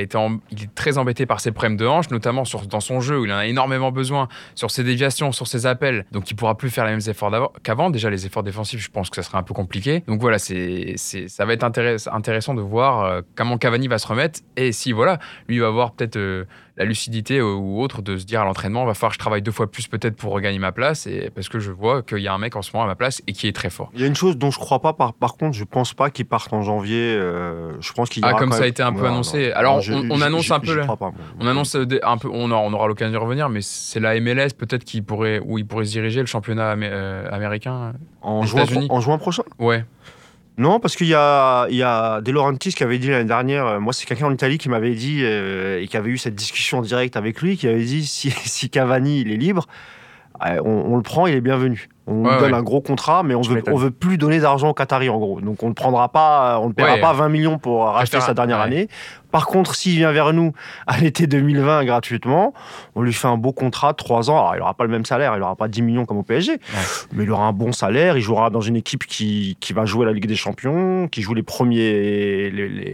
est très embêté par ses problèmes de hanche, notamment dans son jeu où il en a énormément besoin, sur ses déviations, sur ses appels. Donc il ne pourra plus faire les mêmes efforts qu'avant. Déjà, les efforts défensifs, je pense que ça sera un peu compliqué. Donc voilà, ça va être intéressant de voir comment Cavani va se remettre et si voilà, lui va avoir peut-être la lucidité ou autre de se dire à l'entraînement, il va falloir que je travaille 2 fois plus peut-être pour regagner ma place et parce que je vois qu'il y a un mec en ce moment à ma place et qui est très fort. Il y a une chose dont je crois pas, par contre, je pense pas qu'il parte en janvier. Je pense qu'il y aura comme ça a été un peu annoncé. Alors on annonce un peu là. On annonce un peu, on aura l'occasion d'y revenir, mais c'est la MLS peut-être il pourrait se diriger le championnat américain en juin prochain. Ouais. Non, parce qu'il y a De Laurentiis qui avait dit l'année dernière, moi c'est quelqu'un en Italie qui m'avait dit, et qui avait eu cette discussion en direct avec lui, qui avait dit si Cavani il est libre, on le prend, il est bienvenu. On lui donne un gros contrat, mais on veut plus donner d'argent aux Qataris en gros. Donc on ne paiera pas 20 millions pour racheter sa dernière année. Par contre, s'il vient vers nous à l'été 2020 gratuitement, on lui fait un beau contrat de 3 ans. Alors, il n'aura pas le même salaire, il n'aura pas 10 millions comme au PSG, mais il aura un bon salaire. Il jouera dans une équipe qui va jouer la Ligue des Champions, qui joue les premiers,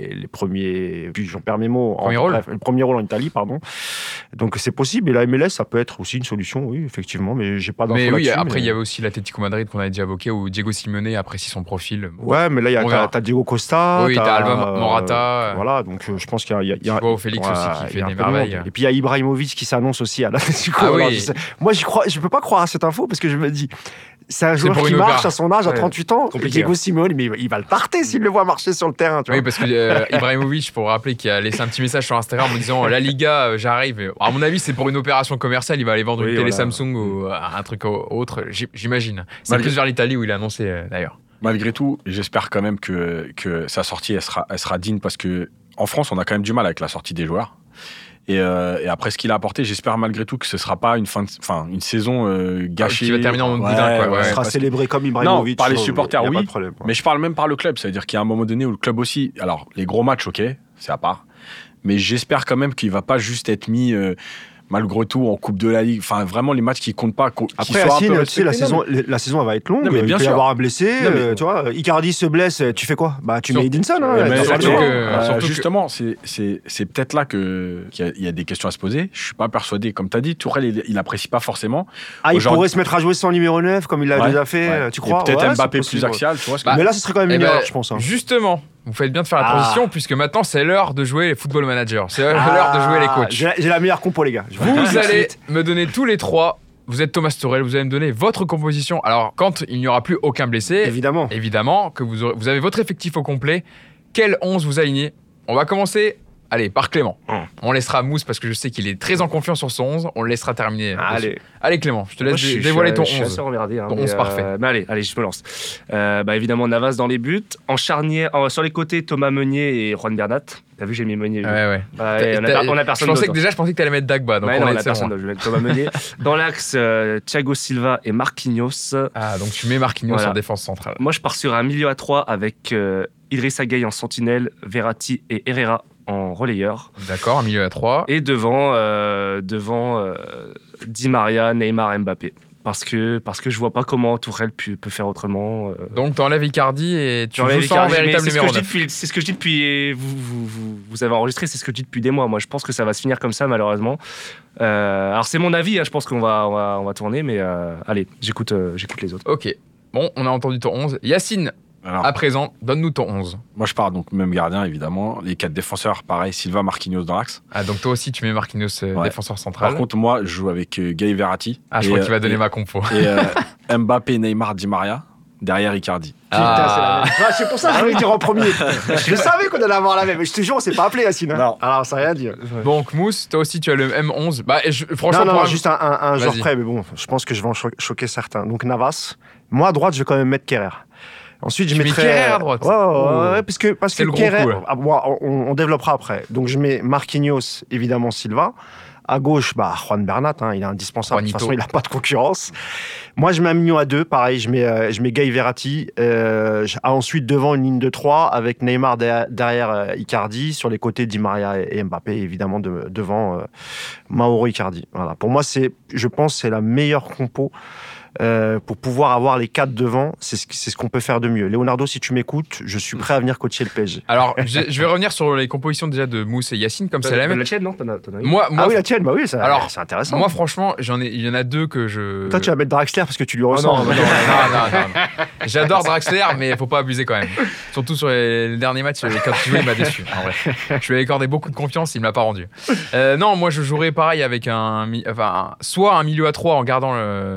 puis j'en perds mes mots, le premier rôle en Italie, pardon. Donc c'est possible. Et la MLS, ça peut être aussi une solution, oui, effectivement, mais j'ai pas d'infos là-dessus. Mais oui, après il y avait aussi l'Atlético Madrid qu'on avait déjà évoqué, où Diego Simeone apprécie son profil. Ouais, mais là t'as Diego Costa, t'as Alba Morata. Voilà, donc je pense qu'il y a Joao Félix aussi qui fait des merveilles. Et puis il y a Ibrahimovic qui s'annonce aussi à l'Atlético. Moi je peux pas croire à cette info parce que je me dis c'est un joueur qui marche à son âge, à 38 ans. Diego Simeone, mais il va le tarter s'il le voit marcher sur le terrain. Tu vois. Oui, parce que Ibrahimovic, pour rappeler, qui a laissé un petit message sur Instagram en disant La Liga, j'arrive. À mon avis, c'est pour une opération commerciale. Il va aller vendre une télé Samsung ou un truc autre, j'imagine. C'est plus vers l'Italie où il a annoncé d'ailleurs. Malgré tout, j'espère quand même que sa sortie elle sera digne parce que en France, on a quand même du mal avec la sortie des joueurs. Et après ce qu'il a apporté, j'espère malgré tout que ce ne sera pas une saison gâchée. Qui va terminer en mode boudin. Il sera célébré comme Ibrahimovic. Non, par les supporters, oui. Mais je parle même par le club. C'est-à-dire qu'il y a un moment donné où le club aussi. Alors, les gros matchs, ok, c'est à part. Mais j'espère quand même qu'il ne va pas juste être mis. Malgré tout, en Coupe de la Ligue, enfin vraiment les matchs qui comptent pas. Après, tu sais, la saison elle va être longue. Non, mais bien sûr. Il peut y avoir un blessé. Tu vois, Icardi se blesse, tu fais quoi ? Tu mets Edinson. Justement, c'est peut-être là qu'il y a des questions à se poser. Je suis pas persuadé. Comme tu as dit, Tourelle, il apprécie pas forcément. Il pourrait se mettre à jouer sans numéro 9 comme il l'a déjà fait. Tu crois ? Peut-être Mbappé plus axial. Mais là, ce serait quand même une erreur, je pense. Justement. Vous faites bien de faire la transition puisque maintenant c'est l'heure de jouer les football managers. C'est l'heure de jouer les coachs. J'ai la meilleure compo, les gars. Vous allez me donner tous les 3. Vous êtes Thomas Tuchel, vous allez me donner votre composition. Alors quand il n'y aura plus aucun blessé, évidemment que vous avez votre effectif au complet. Quel 11 vous alignez ? On va commencer. Allez, par Clément. On laissera Mousse parce que je sais qu'il est très en confiance sur son 11. On le laissera terminer. Allez Clément, je te laisse dévoiler ton 11. Je suis assez emmerdé. Ton 11 parfait. Mais allez, je me lance. Évidemment, Navas dans les buts. En charnière, sur les côtés, Thomas Meunier et Juan Bernat. T'as vu, j'ai mis Meunier. Ouais. On a personne d'autre. Je pensais que t'allais mettre Dagba. Donc on a personne d'autre. Je vais mettre Thomas Meunier. Dans l'axe, Thiago Silva et Marquinhos. Donc tu mets Marquinhos en défense centrale. Moi, je pars sur un milieu à 3 avec Idrissa Gueye en sentinelle, Verratti et Herrera en relayeur. D'accord, un milieu à 3. Et devant Di Maria, Neymar, Mbappé. Parce que je vois pas comment Tourelle peut faire autrement. Donc t'enlèves Icardi et tu joues sans véritable numéro 9. C'est ce que je dis depuis... Vous avez enregistré, c'est ce que je dis depuis des mois. Moi, je pense que ça va se finir comme ça, malheureusement. Alors, c'est mon avis. Je pense qu'on va tourner, mais allez, j'écoute les autres. Ok. Bon, on a entendu ton 11. Yacine, Alors, À présent, donne-nous ton 11. moi, je pars donc même gardien, évidemment. Les 4 défenseurs, pareil, Silva, Marquinhos dans l'axe. Ah, donc toi aussi, tu mets Marquinhos Ouais. défenseur central. Par contre, moi, je joue avec Guy Verratti. Ah, je Et, crois qu'il va euh, donner et- ma compo. Et Mbappé, Neymar, Di Maria. Derrière Icardi. Putain, c'est la même. Ouais, c'est pour ça que je voulais dire en premier. Je savais qu'on allait avoir la même. Mais je te jure, on s'est pas appelé, Yacine. Non. Alors, ça n'a rien à dire. Donc, Mousse, toi aussi, tu as le M11. Bah, franchement, Non, pour un- juste un joueur Vas-y. près, mais bon, je pense que je vais en choquer certains. Donc, Navas. Moi, à droite, je vais quand même mettre Kerrer. Ensuite, je Tu mets mettrai. Kerrer à droite. Ouais, parce C'est que le gros Kerrer. coup, là. On développera après. Donc, je mets Marquinhos, évidemment, Silva. À gauche, Juan Bernat, il est indispensable. Juanito. De toute façon, il n'a pas de concurrence. Moi, je mets un mignon à 2. Pareil, je mets Guy Verratti. Ensuite, devant une ligne de 3 avec Neymar derrière Icardi. Sur les côtés, Di Maria et Mbappé. Évidemment, devant Mauro Icardi. Voilà. Pour moi, je pense que c'est la meilleure compo. Pour pouvoir avoir les 4 devant, c'est ce qu'on peut faire de mieux. Leonardo, si tu m'écoutes, je suis prêt à venir coacher le PSG. Alors, je vais revenir sur les compositions déjà de Mousse et Yacine, comme c'est la même. La tienne, non? T'en as une? Moi, Ah oui, la tienne, oui, Alors, c'est intéressant. moi, franchement, il y en a deux que je. Toi, tu vas mettre Draxler parce que tu lui Oh ressens. non, non. J'adore Draxler, mais faut pas abuser quand même. Surtout sur les derniers matchs, quand il jouait, il m'a déçu. En vrai. Je lui ai accordé beaucoup de confiance, il me l'a pas rendu. Non, moi je jouerais pareil avec soit un milieu à 3 en gardant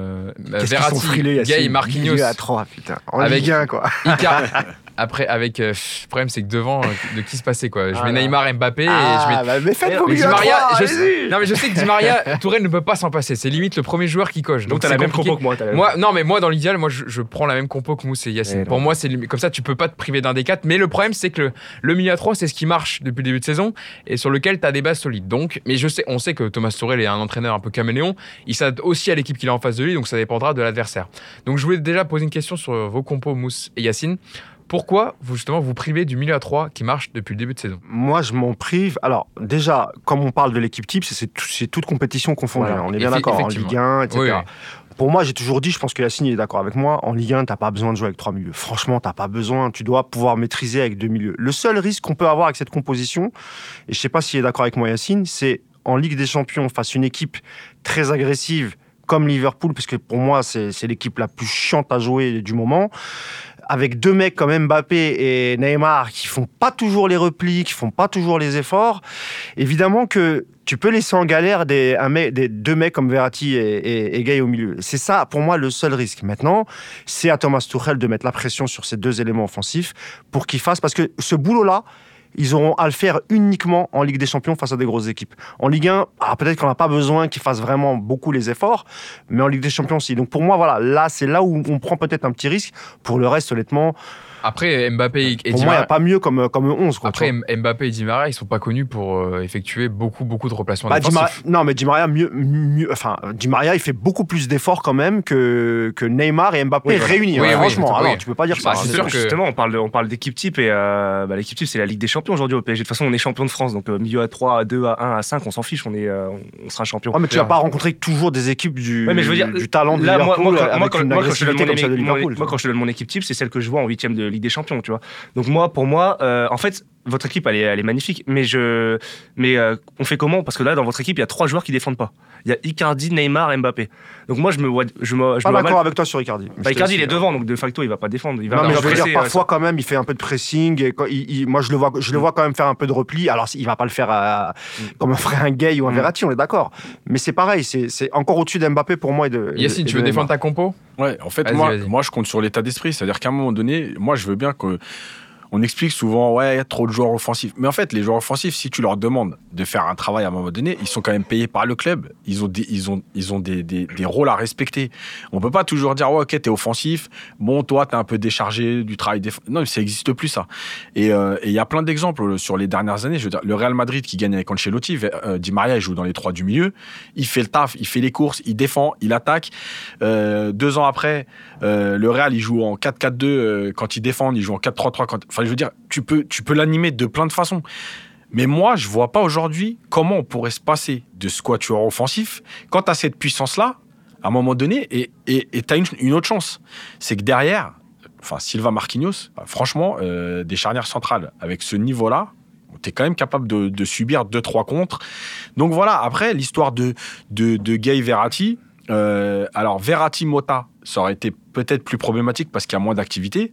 Verratti, Gay, Marquinhos. À 3, putain. En Avec- Ligue 1, quoi. Icardi. Après, avec le problème, c'est que devant, de qui se passait quoi. Je mets là. Neymar, Mbappé et je mets. Mais faites vos Mais milieux Di à Maria, 3, non mais je sais que Di Maria, Tourelle ne peut pas s'en passer. C'est limite le premier joueur qui coche. Donc t'as c'est la même compliqué. compo que moi. t'as la même- Non, mais moi, dans l'idéal, je prends la même compo que Mousse et Yacine. Ouais, Pour non. moi, comme ça, tu peux pas te priver d'un des 4. Mais le problème, c'est que le milieu à 3, c'est ce qui marche depuis le début de saison et sur lequel tu as des bases solides. Donc, mais on sait que Thomas Tuchel est un entraîneur un peu caméléon. Il s'adapte aussi à l'équipe qu'il a en face de lui, donc ça dépendra de l'adversaire. Donc, je voulais déjà poser une question sur vos compos, Mousse et Yacine. Pourquoi, vous privez du milieu à 3 qui marche depuis le début de saison? Moi, je m'en prive. Alors, déjà, comme on parle de l'équipe type, c'est toute compétition confondue. Voilà. On est bien d'accord. En Effectivement. Ligue 1, etc. Oui, oui. Pour moi, j'ai toujours dit, je pense que Yacine est d'accord avec moi, en Ligue 1, t'as pas besoin de jouer avec 3 milieux. Franchement, t'as pas besoin. Tu dois pouvoir maîtriser avec 2 milieux. Le seul risque qu'on peut avoir avec cette composition, et je sais pas s'il est d'accord avec moi, Yacine, c'est en Ligue des Champions, face à une équipe très agressive comme Liverpool, parce que pour moi, c'est l'équipe la plus chiante à jouer du moment. Avec 2 mecs comme Mbappé et Neymar qui font pas toujours les replis, qui font pas toujours les efforts, évidemment que tu peux laisser en galère des 2 mecs comme Verratti et Gay au milieu. C'est ça, pour moi, le seul risque. Maintenant, c'est à Thomas Tuchel de mettre la pression sur ces 2 éléments offensifs pour qu'ils fassent, parce que ce boulot-là, ils auront à le faire uniquement en Ligue des Champions face à des grosses équipes. En Ligue 1, peut-être qu'on n'a pas besoin qu'ils fassent vraiment beaucoup les efforts, mais en Ligue des Champions aussi. Donc pour moi, voilà, là, c'est là où on prend peut-être un petit risque. Pour le reste, honnêtement, Après, Mbappé et pour Di moi, il n'y Maria. a pas mieux comme 11. Quoi, Après, tu vois. Mbappé et Di Maria, ils sont pas connus pour effectuer beaucoup de replacements Di Maria, défensifs. non, mais Di Maria, Di Maria, il fait beaucoup plus d'efforts quand même que Neymar et Mbappé Oui, voilà. réunis. Oui, hein, oui, franchement, oui. alors, tu peux pas dire ça. Bah, c'est hein, sûr que- Justement, on parle d'équipe type et l'équipe type, c'est la Ligue des Champions aujourd'hui au PSG. De toute façon, on est champion de France, donc milieu à 3, à 2, à 1, à 5, on s'en fiche, on sera champion. Ouais, mais tu vas pas rencontrer toujours des équipes Ouais, mais je veux dire, du talent de là, Liverpool moi, avec une agressivité comme celle de Liverpool. moi, quand je te donne mon équipe type, c'est celle que je vois en 8e de Ligue des Champions, tu vois. Donc pour moi, en fait, votre équipe, elle est magnifique, mais on fait comment? Parce que là, dans votre équipe, il y a 3 joueurs qui défendent pas. Il y a Icardi, Neymar et Mbappé. Donc moi, je me vois Pas mal. d'accord avec toi sur Icardi. Icardi, il est devant, donc de facto, il va pas défendre. Il va Non, mais je veux presser, dire, parfois, quand même, il fait un peu de pressing. Et moi, je le vois quand même faire un peu de repli. Alors, il va pas le faire comme ferait un Gay ou un Verratti, on est d'accord. Mais c'est pareil, c'est encore au-dessus d'Mbappé pour moi. Yacine, tu veux défendre ta compo? Ouais, en fait, Vas-y. moi, je compte sur l'état d'esprit. C'est-à-dire qu'à un moment donné, moi, je veux bien que. On explique souvent, ouais, il y a trop de joueurs offensifs. Mais en fait, les joueurs offensifs, si tu leur demandes de faire un travail à un moment donné, ils sont quand même payés par le club. Ils ont des rôles à respecter. On peut pas toujours dire, ouais, ok, t'es offensif. Bon, toi, t'es un peu déchargé du travail. Non, ça n'existe plus, ça. Et il y a plein d'exemples sur les dernières années. Je veux dire, le Real Madrid qui gagne avec Ancelotti, Di Maria, il joue dans les 3 du milieu. Il fait le taf, il fait les courses, il défend, il attaque. 2 ans après, le Real, il joue en 4-4-2. Quand ils défendent, il joue en 4-3-3. Enfin, je veux dire, tu peux l'animer de plein de façons. Mais moi, je vois pas aujourd'hui comment on pourrait se passer de ce quatuor offensif quand tu as cette puissance-là, à un moment donné, et tu as une autre chance. C'est que derrière, Silva, Marquinhos, franchement, des charnières centrales avec ce niveau-là, tu es quand même capable de subir 2-3 contres. Donc voilà, après, l'histoire de Gay Verratti, alors Verratti-Mota, ça aurait été peut-être plus problématique parce qu'il y a moins d'activité.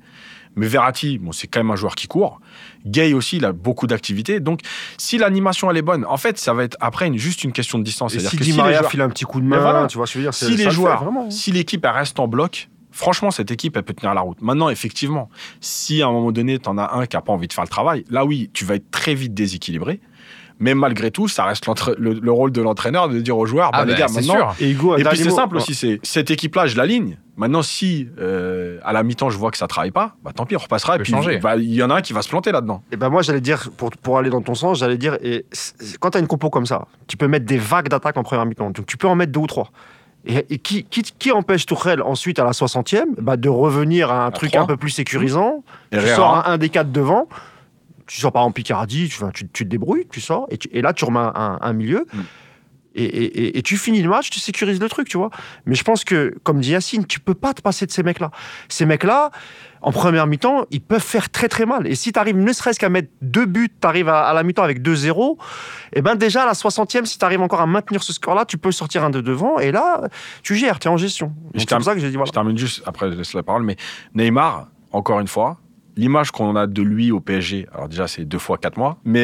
Mais Verratti, bon, c'est quand même un joueur qui court. Gay aussi, il a beaucoup d'activité. Donc, si l'animation elle est bonne, en fait, ça va être après juste une question de distance. Et C'est-à-dire si que Di Maria joueurs... file un petit coup de main, tu vois ce que je veux dire, si les joueurs, si l'équipe elle reste en bloc, franchement, cette équipe, elle peut tenir la route. Maintenant, effectivement, si à un moment donné, t'en as un qui n'a pas envie de faire le travail, là oui, tu vas être très vite déséquilibré. Mais malgré tout, ça reste le rôle de l'entraîneur de dire aux joueurs, les gars, maintenant... Et puis c'est simple aussi, c'est cette équipe-là, je l'aligne. Maintenant, si à la mi-temps, je vois que ça ne travaille pas, tant pis, on repassera. Et puis, il y en a un qui va se planter là-dedans. Et moi, j'allais dire, pour aller dans ton sens, j'allais dire, quand tu as une compo comme ça, tu peux mettre des vagues d'attaques en première mi-temps. Donc, tu peux en mettre 2 ou 3. Et qui empêche Tuchel ensuite à la 60e de revenir à un truc 3. Un peu plus sécurisant. Tu sors un des 4 devant. Tu sors par en Picardie, tu te débrouilles, tu sors, et là tu remets un milieu, et tu finis le match, tu sécurises le truc, tu vois. Mais je pense que, comme dit Yacine, tu peux pas te passer de ces mecs-là. Ces mecs-là, en première mi-temps, ils peuvent faire très très mal. Et si tu arrives ne serait-ce qu'à mettre 2 buts, tu arrives à la mi-temps avec 2-0, et déjà à la 60e, si tu arrives encore à maintenir ce score-là, tu peux sortir un de devant, et là, tu gères, tu es en gestion. C'est pour ça que j'ai dit voilà. Je termine juste, après je laisse la parole, mais Neymar, encore une fois, l'image qu'on a de lui au PSG, alors déjà c'est 2 fois 4 mois, mais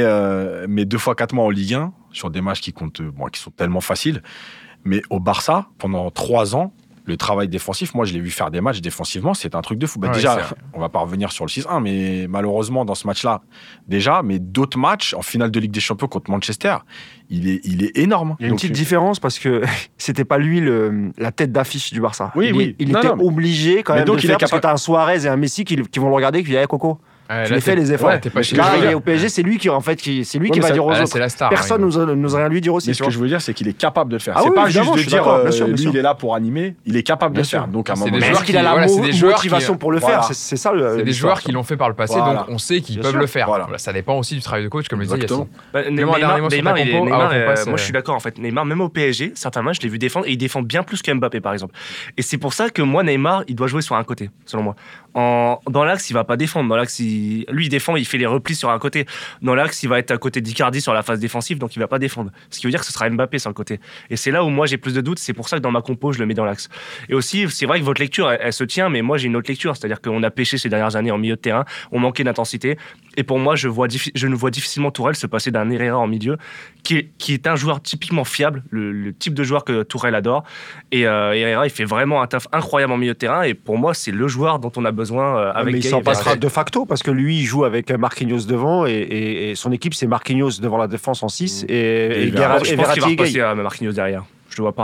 2 fois 4 mois en Ligue 1, sur des matchs qui comptent, qui sont tellement faciles, mais au Barça, pendant 3 ans, le travail défensif, moi je l'ai vu faire des matchs défensivement, c'est un truc de fou. Déjà, on va pas revenir sur le 6-1, mais malheureusement dans ce match-là, déjà, mais d'autres matchs, en finale de Ligue des Champions contre Manchester, il est énorme. Il y a une petite différence parce que c'était pas lui la tête d'affiche du Barça. Oui, il était obligé quand même de le faire parce que t'as un Suarez et un Messi qui vont le regarder et qui disent hey, Coco, tu les fais les efforts. Ouais, là, il est au PSG, c'est lui qui va dire aux autres. La star, personne n'ose rien lui dire aussi. Mais ce que je veux dire, c'est qu'il est capable de le faire. C'est pas juste de dire lui, il est là pour animer. Il est capable de le faire. Donc, à un moment donné, est-ce qu'il a la motivation pour le faire? C'est ça. C'est des joueurs qui l'ont fait par le passé, donc on sait qu'ils peuvent le faire. Ça dépend aussi du travail de coach, comme le disait Yacine. Neymar, moi je suis d'accord en fait. Neymar, même au PSG, certains matchs, je l'ai vu défendre et il défend bien plus que Mbappé par exemple. Et c'est pour ça que moi, Neymar, il doit jouer sur un côté, selon moi. Dans l'axe, il va pas défendre. Dans l'axe, lui, il défend, il fait les replis sur un côté. Dans l'axe, il va être à côté d'Icardi sur la phase défensive, donc il va pas défendre. Ce qui veut dire que ce sera Mbappé sur le côté. Et c'est là où moi j'ai plus de doutes. C'est pour ça que dans ma compo, je le mets dans l'axe. Et aussi, c'est vrai que votre lecture, elle se tient, mais moi j'ai une autre lecture. C'est-à-dire qu'on a pêché ces dernières années en milieu de terrain, on manquait d'intensité. Et pour moi, je ne vois difficilement Tourelle se passer d'un Herrera en milieu, qui est un joueur typiquement fiable, le type de joueur que Tourelle adore. Et Herrera, il fait vraiment un taf incroyable en milieu de terrain. Et pour moi, c'est le joueur dont on a besoin avec. Mais il s'en passera de facto parce que lui, il joue avec Marquinhos devant et son équipe, c'est Marquinhos devant la défense en 6 et Verratti. Je pense qu'il va repasser à Marquinhos derrière. Je ne dois pas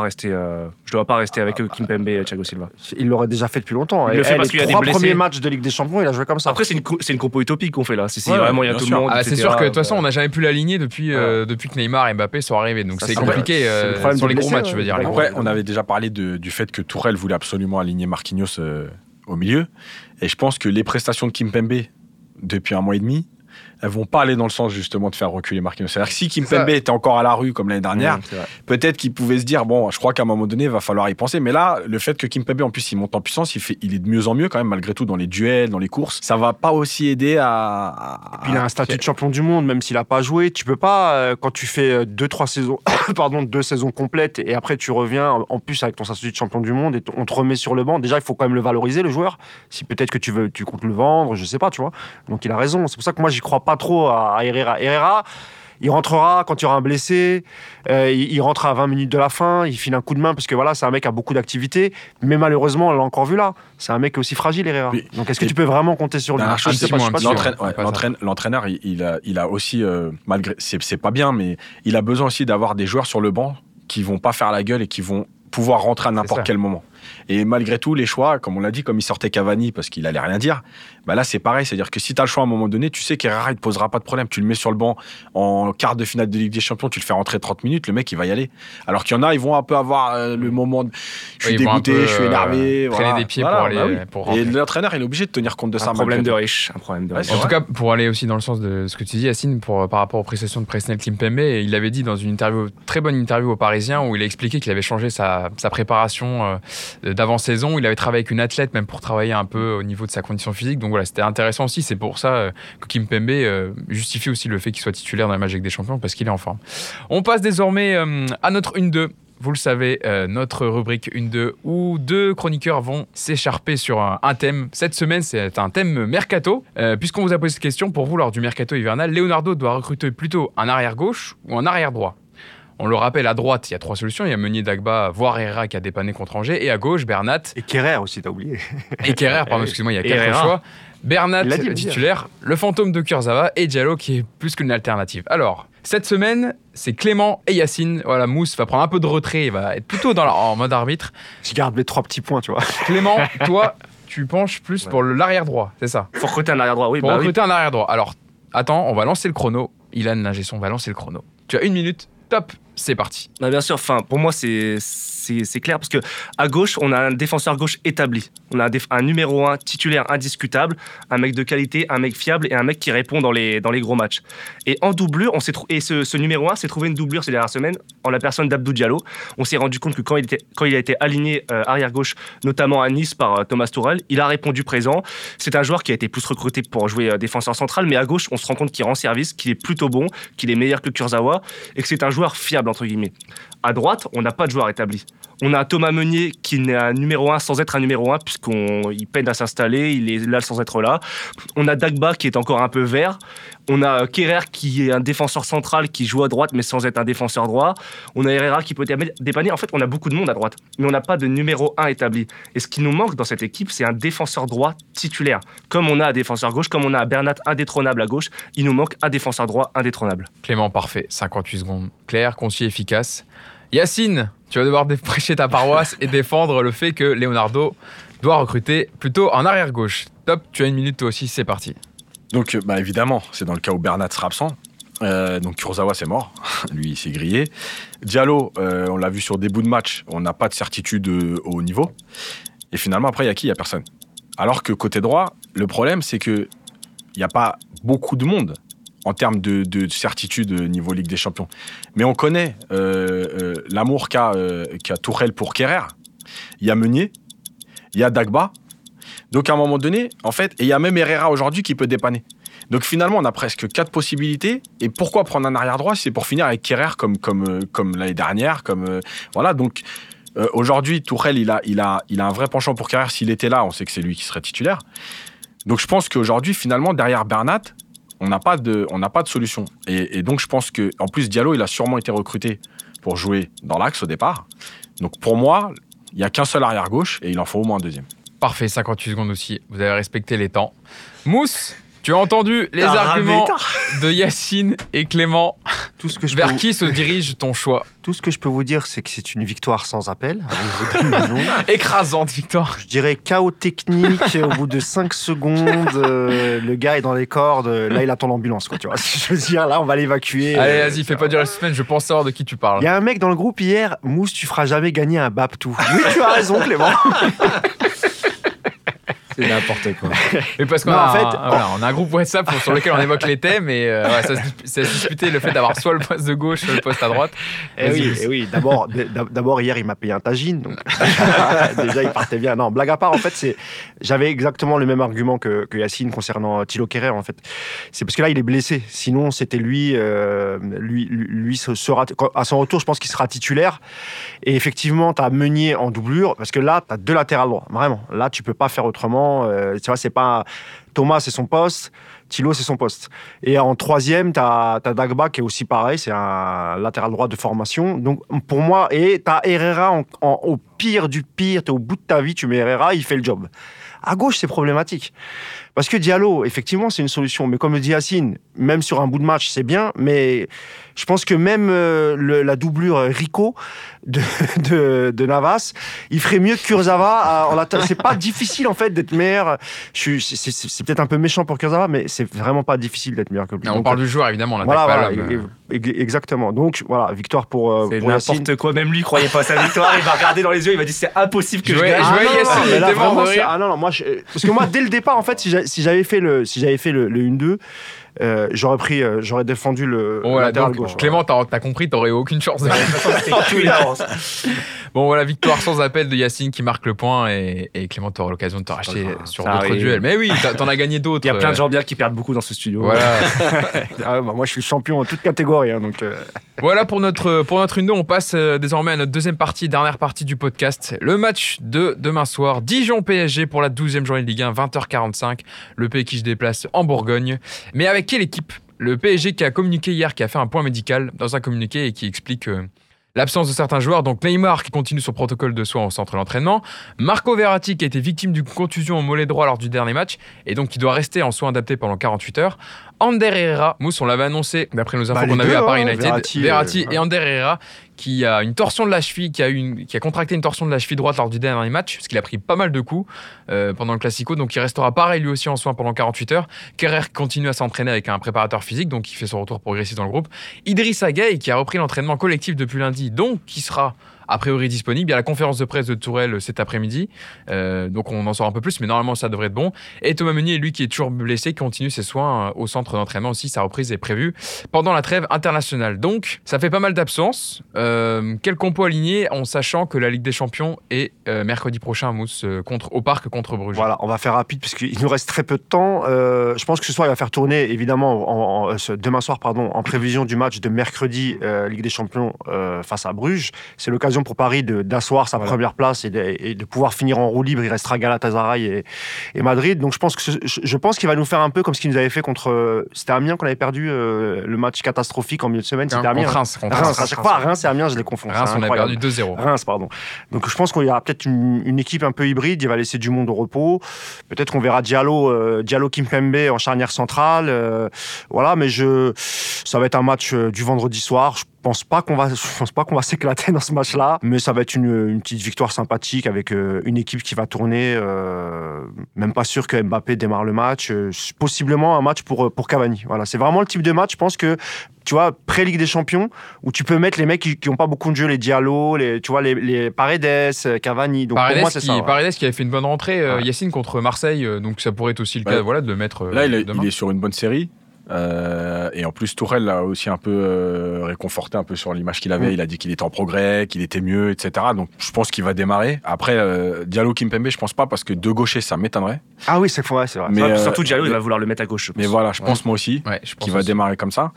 rester avec Kimpembe et Thiago Silva. Il l'aurait déjà fait depuis longtemps. Il le fait parce qu'il y a des blessés. Les 3 premiers matchs de Ligue des Champions, il a joué comme ça. Après, c'est une compo utopique qu'on fait là. Si vraiment il y a tout le monde. C'est sûr que de toute façon, on n'a jamais pu l'aligner depuis que Neymar et Mbappé sont arrivés. Donc c'est compliqué sur les gros matchs, je veux dire. Après, on avait déjà parlé du fait que Tourelle voulait absolument aligner Marquinhos au milieu. Et je pense que les prestations de Kimpembe depuis 1 mois et demi, elles vont pas aller dans le sens justement de faire reculer Marquinhos. C'est-à-dire que si Kimpembe était encore à la rue comme l'année dernière, peut-être qu'il pouvait se dire bon, je crois qu'à un moment donné, il va falloir y penser. Mais là, le fait que Kimpembe en plus il monte en puissance, il est de mieux en mieux quand même malgré tout dans les duels, dans les courses. Ça va pas aussi aider à... Et puis il a un statut de champion du monde, même s'il a pas joué. Tu peux pas quand tu fais 2 saisons complètes et après tu reviens en plus avec ton statut de champion du monde et on te remet sur le banc. Déjà, il faut quand même le valoriser le joueur. Si peut-être que tu comptes le vendre, je sais pas, tu vois. Donc il a raison. C'est pour ça que moi j'y crois pas trop à Herrera. Herrera, il rentrera quand il y aura un blessé, il rentrera à 20 minutes de la fin, il file un coup de main parce que voilà, c'est un mec qui a beaucoup d'activité, mais malheureusement, on l'a encore vu là, c'est un mec aussi fragile, Herrera. Oui. Donc est-ce que tu peux vraiment compter sur lui? L'entraîneur, il a aussi, malgré, c'est pas bien, mais il a besoin aussi d'avoir des joueurs sur le banc qui vont pas faire la gueule et qui vont pouvoir rentrer à n'importe quel moment. Et malgré tout, les choix, comme on l'a dit, comme il sortait Cavani parce qu'il allait rien dire, bah là c'est pareil, c'est-à-dire que si tu as le choix à un moment donné, tu sais qu'Herrera il te posera pas de problème, tu le mets sur le banc en quart de finale de Ligue des Champions, tu le fais rentrer 30 minutes, le mec il va y aller. Alors qu'il y en a, ils vont un peu avoir le moment de je suis dégoûté, je suis énervé, traîner des pieds pour aller pour rentrer. Et l'entraîneur il est obligé de tenir compte de ça. Un problème de riche. En tout cas, pour aller aussi dans le sens de ce que tu dis Yacine, par rapport aux prestations de Presnel Kimpembe, il l'avait dit dans une très bonne interview au Parisien où il a expliqué qu'il avait changé sa préparation d'avant-saison. Il avait travaillé avec une athlète même pour travailler un peu au niveau de sa condition physique. Donc voilà, c'était intéressant aussi. C'est pour ça que Kimpembe justifie aussi le fait qu'il soit titulaire dans le match avec des champions parce qu'il est en forme. On passe désormais à notre 1-2. vous le savez, notre rubrique 1-2 où 2 chroniqueurs vont s'écharper sur un thème. Cette semaine, c'est un thème mercato. Puisqu'on vous a posé cette question, pour vous, lors du mercato hivernal, Leonardo doit recruter plutôt un arrière gauche ou un arrière droit. On le rappelle, à droite, il y a 3 solutions. Il y a Meunier, Dagba, voire Herrera qui a dépanné contre Angers. Et à gauche, Bernat. Et Kerrer aussi, t'as oublié. Et Kerrer, pardon, excuse-moi, il y a 4 choix. Bernat, le titulaire, le fantôme de Kurzawa et Diallo qui est plus qu'une alternative. Alors, cette semaine, c'est Clément et Yacine. Voilà, Mousse va prendre un peu de retrait, il va être plutôt en mode arbitre. Je garde mes 3 petits points, tu vois. Clément, toi, tu penches plus pour l'arrière droit, c'est ça? Faut recruter un arrière droit, oui. Pour recruter un arrière droit. Alors, attends, on va lancer le chrono. Ilan, l'ingé son, va lancer le chrono. Tu as 1 minute, top, c'est parti. Bah bien sûr, pour moi, c'est clair parce que à gauche, on a un défenseur gauche établi. On a un numéro 1 titulaire indiscutable, un mec de qualité, un mec fiable et un mec qui répond dans les gros matchs. Et en doublure, ce numéro 1 s'est trouvé une doublure ces dernières semaines en la personne d'Abdou Diallo. On s'est rendu compte que quand il a été aligné arrière-gauche, notamment à Nice par Thomas Tuchel, il a répondu présent. C'est un joueur qui a été plus recruté pour jouer défenseur central, mais à gauche, on se rend compte qu'il rend service, qu'il est plutôt bon, qu'il est meilleur que Kurzawa et que c'est un joueur fiable, entre guillemets. À droite, on n'a pas de joueur établi. On a Thomas Meunier qui n'est un numéro 1 sans être un numéro 1 puisqu'il peine à s'installer, il est là sans être là. On a Dagba qui est encore un peu vert. On a Kerrer qui est un défenseur central qui joue à droite mais sans être un défenseur droit. On a Herrera qui peut dépanner. En fait, on a beaucoup de monde à droite, mais on n'a pas de numéro 1 établi. Et ce qui nous manque dans cette équipe, c'est un défenseur droit titulaire. Comme on a un défenseur gauche, comme on a un Bernat indétrônable à gauche, il nous manque un défenseur droit indétrônable. Clément, parfait. 58 secondes. Clair, concis, efficace. Yacine, tu vas devoir prêcher ta paroisse et défendre le fait que Leonardo doit recruter plutôt en arrière-gauche. Top, tu as 1 minute toi aussi, c'est parti. Donc, évidemment, c'est dans le cas où Bernat sera absent. Donc Kurzawa, c'est mort. Lui, il s'est grillé. Diallo, on l'a vu sur des bouts de match, on n'a pas de certitude au haut niveau. Et finalement, après, il y a qui? Il n'y a personne. Alors que côté droit, le problème, c'est qu'il n'y a pas beaucoup de monde en termes de certitude niveau Ligue des Champions. Mais on connaît l'amour qu'a Tuchel pour Kerrer. Il y a Meunier, il y a Dagba. Donc à un moment donné, en fait, et il y a même Herrera aujourd'hui qui peut dépanner. Donc finalement, on a presque 4 possibilités. Et pourquoi prendre un arrière-droit? C'est pour finir avec Kerrer comme l'année dernière. Voilà, donc aujourd'hui, Tuchel, il a un vrai penchant pour Kerrer. S'il était là, on sait que c'est lui qui serait titulaire. Donc je pense qu'aujourd'hui, finalement, derrière Bernat, on n'a pas de solution. Et donc, je pense qu'en plus, Diallo, il a sûrement été recruté pour jouer dans l'axe au départ. Donc, pour moi, il n'y a qu'un seul arrière-gauche et il en faut au moins un deuxième. Parfait, 58 secondes aussi. Vous avez respecté les temps. Mousse, tu as entendu les arguments de Yacine et Clément. Vers qui se dirige ton choix? Tout ce que je peux vous dire, c'est que c'est une victoire sans appel. Écrasante victoire. Je dirais chaos technique. Au bout de 5 secondes, le gars est dans les cordes. Là, il attend l'ambulance, quoi. Tu vois, je veux dire, là, on va l'évacuer. Allez, vas-y, fais pas durer la semaine. Je pense savoir de qui tu parles. Il y a un mec dans le groupe hier. Mousse, tu feras jamais gagner un Baptou. Oui, tu as raison, Clément. C'est n'importe quoi. Mais parce qu'on on a un groupe WhatsApp sur lequel on évoque les thèmes et ça se disputait le fait d'avoir soit le poste de gauche, soit le poste à droite. Oui. D'abord, hier, il m'a payé un tagine. Donc déjà, il partait bien. Non, blague à part, en fait, j'avais exactement le même argument que Yacine concernant Thilo Kerrer, en fait. C'est parce que là, il est blessé. Sinon, c'était lui sera, à son retour, je pense qu'il sera titulaire. Et effectivement, tu as Meunier en doublure parce que là, tu as 2 latérales droits. Vraiment. Là, tu peux pas faire autrement. Tu vois, c'est pas Thomas, c'est son poste, Thilo, c'est son poste. Et en 3e, t'as Dagba qui est aussi pareil, c'est un latéral droit de formation. Donc pour moi, et t'as Herrera au pire du pire, t'es au bout de ta vie, tu mets Herrera, il fait le job. À gauche, c'est problématique. Parce que Diallo, effectivement, c'est une solution. Mais comme le dit Yacine, même sur un bout de match, c'est bien. Mais je pense que même la doublure Rico de Navas, il ferait mieux que Kurzawa. C'est pas difficile, en fait, d'être meilleur. C'est peut-être un peu méchant pour Kurzawa, mais c'est vraiment pas difficile d'être meilleur que lui. On parle du joueur, évidemment. Voilà, exactement. Donc, voilà, victoire pour Yacine. C'est n'importe quoi. Même lui, il croyait pas à sa victoire. Il va regarder dans les yeux, il va dire c'est impossible que je gagne. Yacine, non, moi, parce que moi, dès le départ, en fait, si j'avais fait le 1-2, j'aurais défendu le Voilà, latéral donc, gauche. Clément, t'as compris, t'aurais aucune chance. Bon, voilà, victoire sans appel de Yacine qui marque le point et Clément, t'auras l'occasion de te racheter sur ça d'autres arrive. duels. Mais oui, t'en as gagné d'autres. Il y a plein de gens bien qui perdent beaucoup dans ce studio. Voilà. Moi, je suis champion en toute catégorie. Donc, Voilà pour notre 1-2. On passe désormais à notre deuxième partie, dernière partie du podcast. Le match de demain soir, Dijon-PSG pour la 12e journée de Ligue 1, 20h45. Le pays qui se déplace en Bourgogne. Mais avec quelle équipe ? Le PSG qui a communiqué hier, qui a fait un point médical dans un communiqué et qui explique l'absence de certains joueurs. Donc Neymar qui continue son protocole de soins au centre d'entraînement. Marco Verratti qui a été victime d'une contusion au mollet droit lors du dernier match et donc qui doit rester en soins adaptés pendant 48 heures. Ander Herrera, Mousse, on l'avait annoncé d'après nos infos qu'on avait à Paris United. Verratti et Ander Herrera qui a une torsion de la cheville, qui a contracté une torsion de la cheville droite lors du dernier match, parce qu'il a pris pas mal de coups pendant le Classico, donc il restera pareil lui aussi en soins pendant 48 heures. Kerrer continue à s'entraîner avec un préparateur physique, donc il fait son retour progressif dans le groupe. Idrissa Gueye qui a repris l'entraînement collectif depuis lundi, donc qui sera a priori disponible. Il y a la conférence de presse de Tourelle cet après-midi, donc on en saura un peu plus, mais normalement ça devrait être bon. Et Thomas Meunier, lui qui est toujours blessé, continue ses soins au centre d'entraînement aussi. Sa reprise est prévue pendant la trêve internationale. Donc ça fait pas mal d'absences. Quel compo aligné en sachant que la Ligue des Champions est mercredi prochain à Mousse au Parc contre Bruges. Voilà, on va faire rapide parce qu'il nous reste très peu de temps. Je pense que ce soir il va faire tourner évidemment demain soir en prévision du match de mercredi Ligue des Champions face à Bruges. C'est l'occasion pour Paris d'asseoir sa première place et de pouvoir finir en roue libre. Il restera Galatasaray et Madrid. Donc je pense qu'il va nous faire un peu comme ce qu'il nous avait fait contre... C'était Amiens qu'on avait perdu le match catastrophique en milieu de semaine. C'était Amiens. Reims. À chaque fois, Reims et Amiens, je les confonds. Reims, on a perdu 2-0. Reims, pardon. Donc je pense qu'il y aura peut-être une équipe un peu hybride. Il va laisser du monde au repos. Peut-être qu'on verra Diallo Kimpembe en charnière centrale. Voilà, mais ça va être un match du vendredi soir. Je pense pas qu'on va s'éclater dans ce match-là, mais ça va être une petite victoire sympathique avec une équipe qui va tourner. Même pas sûr que Mbappé démarre le match. Possiblement un match pour Cavani. Voilà, c'est vraiment le type de match, je pense que tu vois, pré-Ligue des Champions, où tu peux mettre les mecs qui n'ont pas beaucoup de jeu, les Diallo, les Paredes, Cavani. Donc pour moi, c'est ça. Paredes qui avait fait une bonne rentrée, Yacine contre Marseille, donc ça pourrait être aussi le cas de le mettre. Là, il est sur une bonne série. Et en plus Tourelle l'a aussi un peu réconforté un peu sur l'image qu'il avait. Il a dit qu'il était en progrès, qu'il était mieux, etc. Donc je pense qu'il va démarrer. Après Diallo Kimpembe, je pense pas, parce que deux gauchers ça m'étonnerait. Ah oui, c'est vrai. Mais surtout Diallo, il va vouloir le mettre à gauche. Mais voilà, je pense moi aussi qu'il va démarrer comme ça.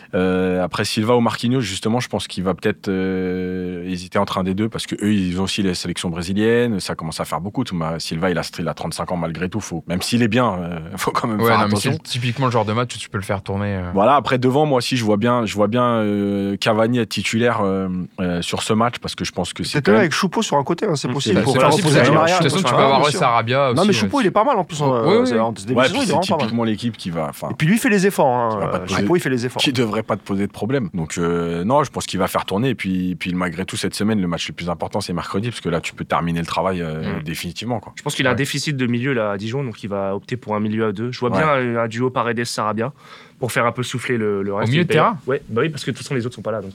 Après Silva ou Marquinhos, justement, je pense qu'il va peut-être hésiter entre un des deux, parce que eux ils ont aussi les sélections brésiliennes. Ça commence à faire beaucoup. Silva il a 35 ans malgré tout. Même s'il est bien, faut quand même faire attention. C'est typiquement le genre de match où tu peux le faire tourner. Voilà, après devant, moi aussi je vois bien Cavani être titulaire sur ce match, parce que je pense que c'est même avec Choupo sur un côté, c'est possible. Pour faire reposer Di Maria. De toute façon, tu peux avoir Sarabia aussi. Non, mais Choupo il est pas mal en plus. C'est typiquement l'équipe qui va. Et puis lui il fait les efforts. Choupo il fait les efforts. Qui devrait pas te poser de problème. Donc non, je pense qu'il va faire tourner. Et puis malgré tout, cette semaine, le match le plus important c'est mercredi, parce que là tu peux terminer le travail définitivement. Quoi. Je pense qu'il a un déficit de milieu là à Dijon, donc il va opter pour un milieu à deux. Je vois bien un duo Paredes-Sarabia pour faire un peu souffler le reste. Au milieu de terrain ? Oui, parce que de toute façon les autres sont pas là,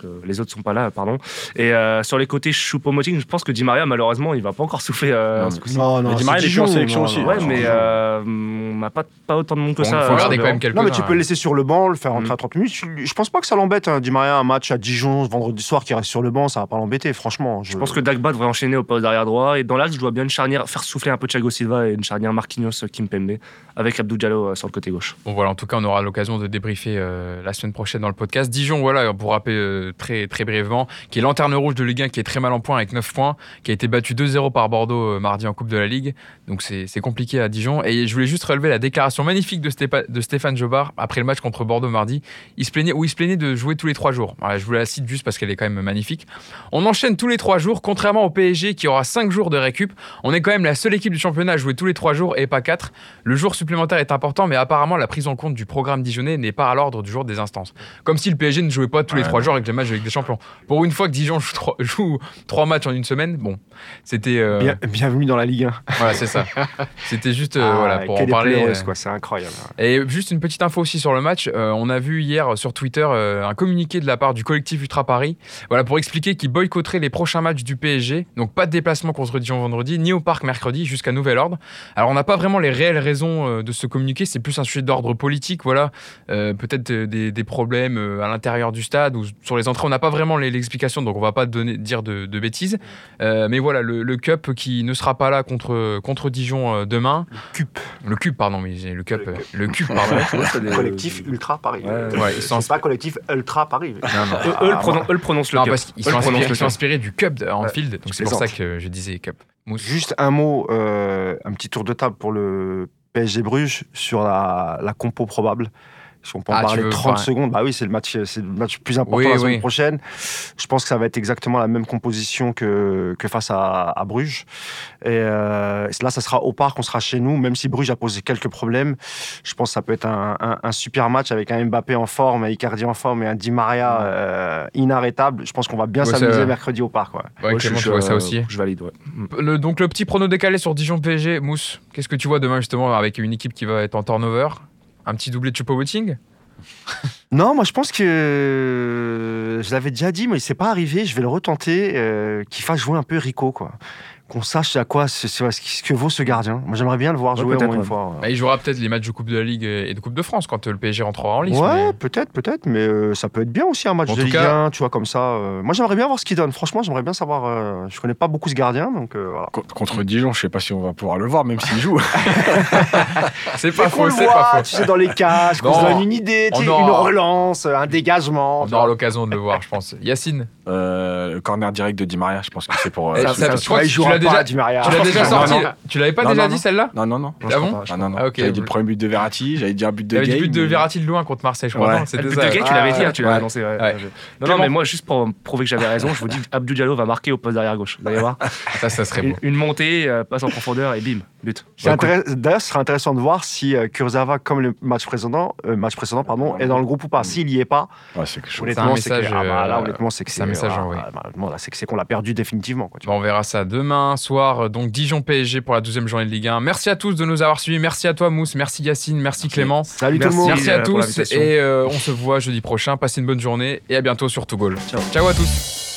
Et sur les côtés Choupo-Moting, je pense que Di Maria malheureusement il va pas encore souffler. Non, Di Maria il est en sélection aussi. Ouais, mais on n'a pas autant de monde que ça. Il faut regarder quand même quelques. Non, mais tu peux le laisser sur le banc, le faire rentrer à 30 minutes. Je pense pas que ça l'embête. Di Maria, un match à Dijon vendredi soir qui reste sur le banc, ça va pas l'embêter, franchement. Je pense que Dagba devrait enchaîner au poste d'arrière droit, et dans l'axe je vois bien une charnière, faire souffler un peu Thiago Silva et une charnière Marquinhos Kimpembe avec Abdou Diallo sur le côté gauche. Bon voilà, en tout cas on aura l'occasion de débriefer la semaine prochaine dans le podcast. Dijon, voilà, pour rappeler très, très brièvement, qui est lanterne rouge de Ligue 1, qui est très mal en point avec 9 points, qui a été battu 2-0 par Bordeaux mardi en Coupe de la Ligue. Donc c'est compliqué à Dijon. Et je voulais juste relever la déclaration magnifique de Stéphane Jobard après le match contre Bordeaux mardi. Il se plaignait de jouer tous les 3 jours. Voilà, je vous la cite juste parce qu'elle est quand même magnifique. On enchaîne tous les 3 jours, contrairement au PSG qui aura 5 jours de récup. On est quand même la seule équipe du championnat à jouer tous les 3 jours et pas 4. Le jour supplémentaire est important, mais apparemment la prise en compte du programme dijonnais n'est pas à l'ordre du jour des instances. Comme si le PSG ne jouait pas tous les 3 jours avec les matchs de Ligue des Champions. Pour une fois que Dijon joue 3 matchs en une semaine, bon, c'était... Bienvenue dans la Ligue 1. Voilà, c'est ça. C'était juste pour en parler. C'est incroyable. Et juste une petite info aussi sur le match. On a vu hier sur Twitter un communiqué de la part du collectif Ultra Paris, voilà, pour expliquer qu'ils boycotteraient les prochains matchs du PSG. Donc pas de déplacement contre Dijon vendredi, ni au Parc mercredi, jusqu'à nouvel ordre. Alors on n'a pas vraiment les réelles raisons de ce communiqué, c'est plus un sujet d'ordre politique. Voilà. peut-être des problèmes à l'intérieur du stade ou sur les entrées. On n'a pas vraiment l'explication, donc on va pas dire de bêtises. Mais voilà, le Cup qui ne sera pas là contre Dijon demain. Le Cup, pardon, mais j'ai le Cup. Le Cup, pardon. Collectif Ultra Paris. Ouais, c'est pas collectif Ultra Paris. Eux le prononcent le non, Cup. parce qu'ils sont inspirés du Cup de Anfield, donc c'est pour ça que je disais Cup. Mousse. Juste un mot, un petit tour de table pour le PSG Bruges sur la compo probable. Si on peut en parler 30 secondes, bah oui, c'est le match plus important la semaine prochaine. Je pense que ça va être exactement la même composition que face à Bruges. Et là, ça sera au parc, on sera chez nous, même si Bruges a posé quelques problèmes. Je pense que ça peut être un super match avec un Mbappé en forme, un Icardi en forme et un Di Maria inarrêtable. Je pense qu'on va bien s'amuser mercredi au parc. Ouais, Clément, je vois ça aussi. Je valide, ouais. Donc le petit prono décalé sur Dijon-PSG, Mousse, qu'est-ce que tu vois demain justement avec une équipe qui va être en turnover? Un petit doublé de Choupo-Moting? Non, moi je pense que je l'avais déjà dit, mais c'est pas arrivé. Je vais le retenter, qu'il fasse jouer un peu Rico, quoi. Qu'on sache à quoi ce que vaut ce gardien. Moi j'aimerais bien le voir jouer au moins une fois. Bah, il jouera peut-être les matchs de Coupe de la Ligue et de Coupe de France quand le PSG rentrera en lice. Ouais, mais... peut-être, mais ça peut être bien aussi un match de Ligue 1, tu vois, comme ça. Moi j'aimerais bien voir ce qu'il donne. Franchement, j'aimerais bien savoir. Je connais pas beaucoup ce gardien, donc voilà. Contre Dijon, je sais pas si on va pouvoir le voir, même s'il joue. C'est pas faux, tu sais, dans les cages, qu'on se donne une idée, une relance, un dégagement. On aura l'occasion de le voir, je pense. Yacine, corner direct de Di Maria, je pense que c'est pour. Di Maria. Tu l'as déjà sorti. Tu l'avais pas déjà dit celle-là? Non. Ah bon? Non. J'avais dit le premier but de Verratti, j'avais dit un but de Gay. T'avais dit but de Verratti de loin contre Marseille, je crois. Le but de Gay, tu l'avais dit, tu l'avais annoncé. Non, mais moi, juste pour prouver que j'avais raison, je vous dis que Abdou Diallo va marquer au poste d'arrière gauche. Vous allez voir. Ça serait beau. Une montée, passe en profondeur et bim, but. D'ailleurs, ce sera intéressant de voir si Kurzawa, comme le match précédent, est dans le groupe ou pas. S'il y est pas, honnêtement, c'est un message envoyé. C'est qu'on l'a perdu définitivement. On verra ça demain soir. Donc Dijon-PSG pour la 12e journée de Ligue 1. Merci à tous de nous avoir suivis. Merci à toi Mousse, merci Yacine, merci Clément. Salut tout le monde. Merci à tous et on se voit jeudi prochain. Passez une bonne journée et à bientôt sur Togoal. Ciao à tous.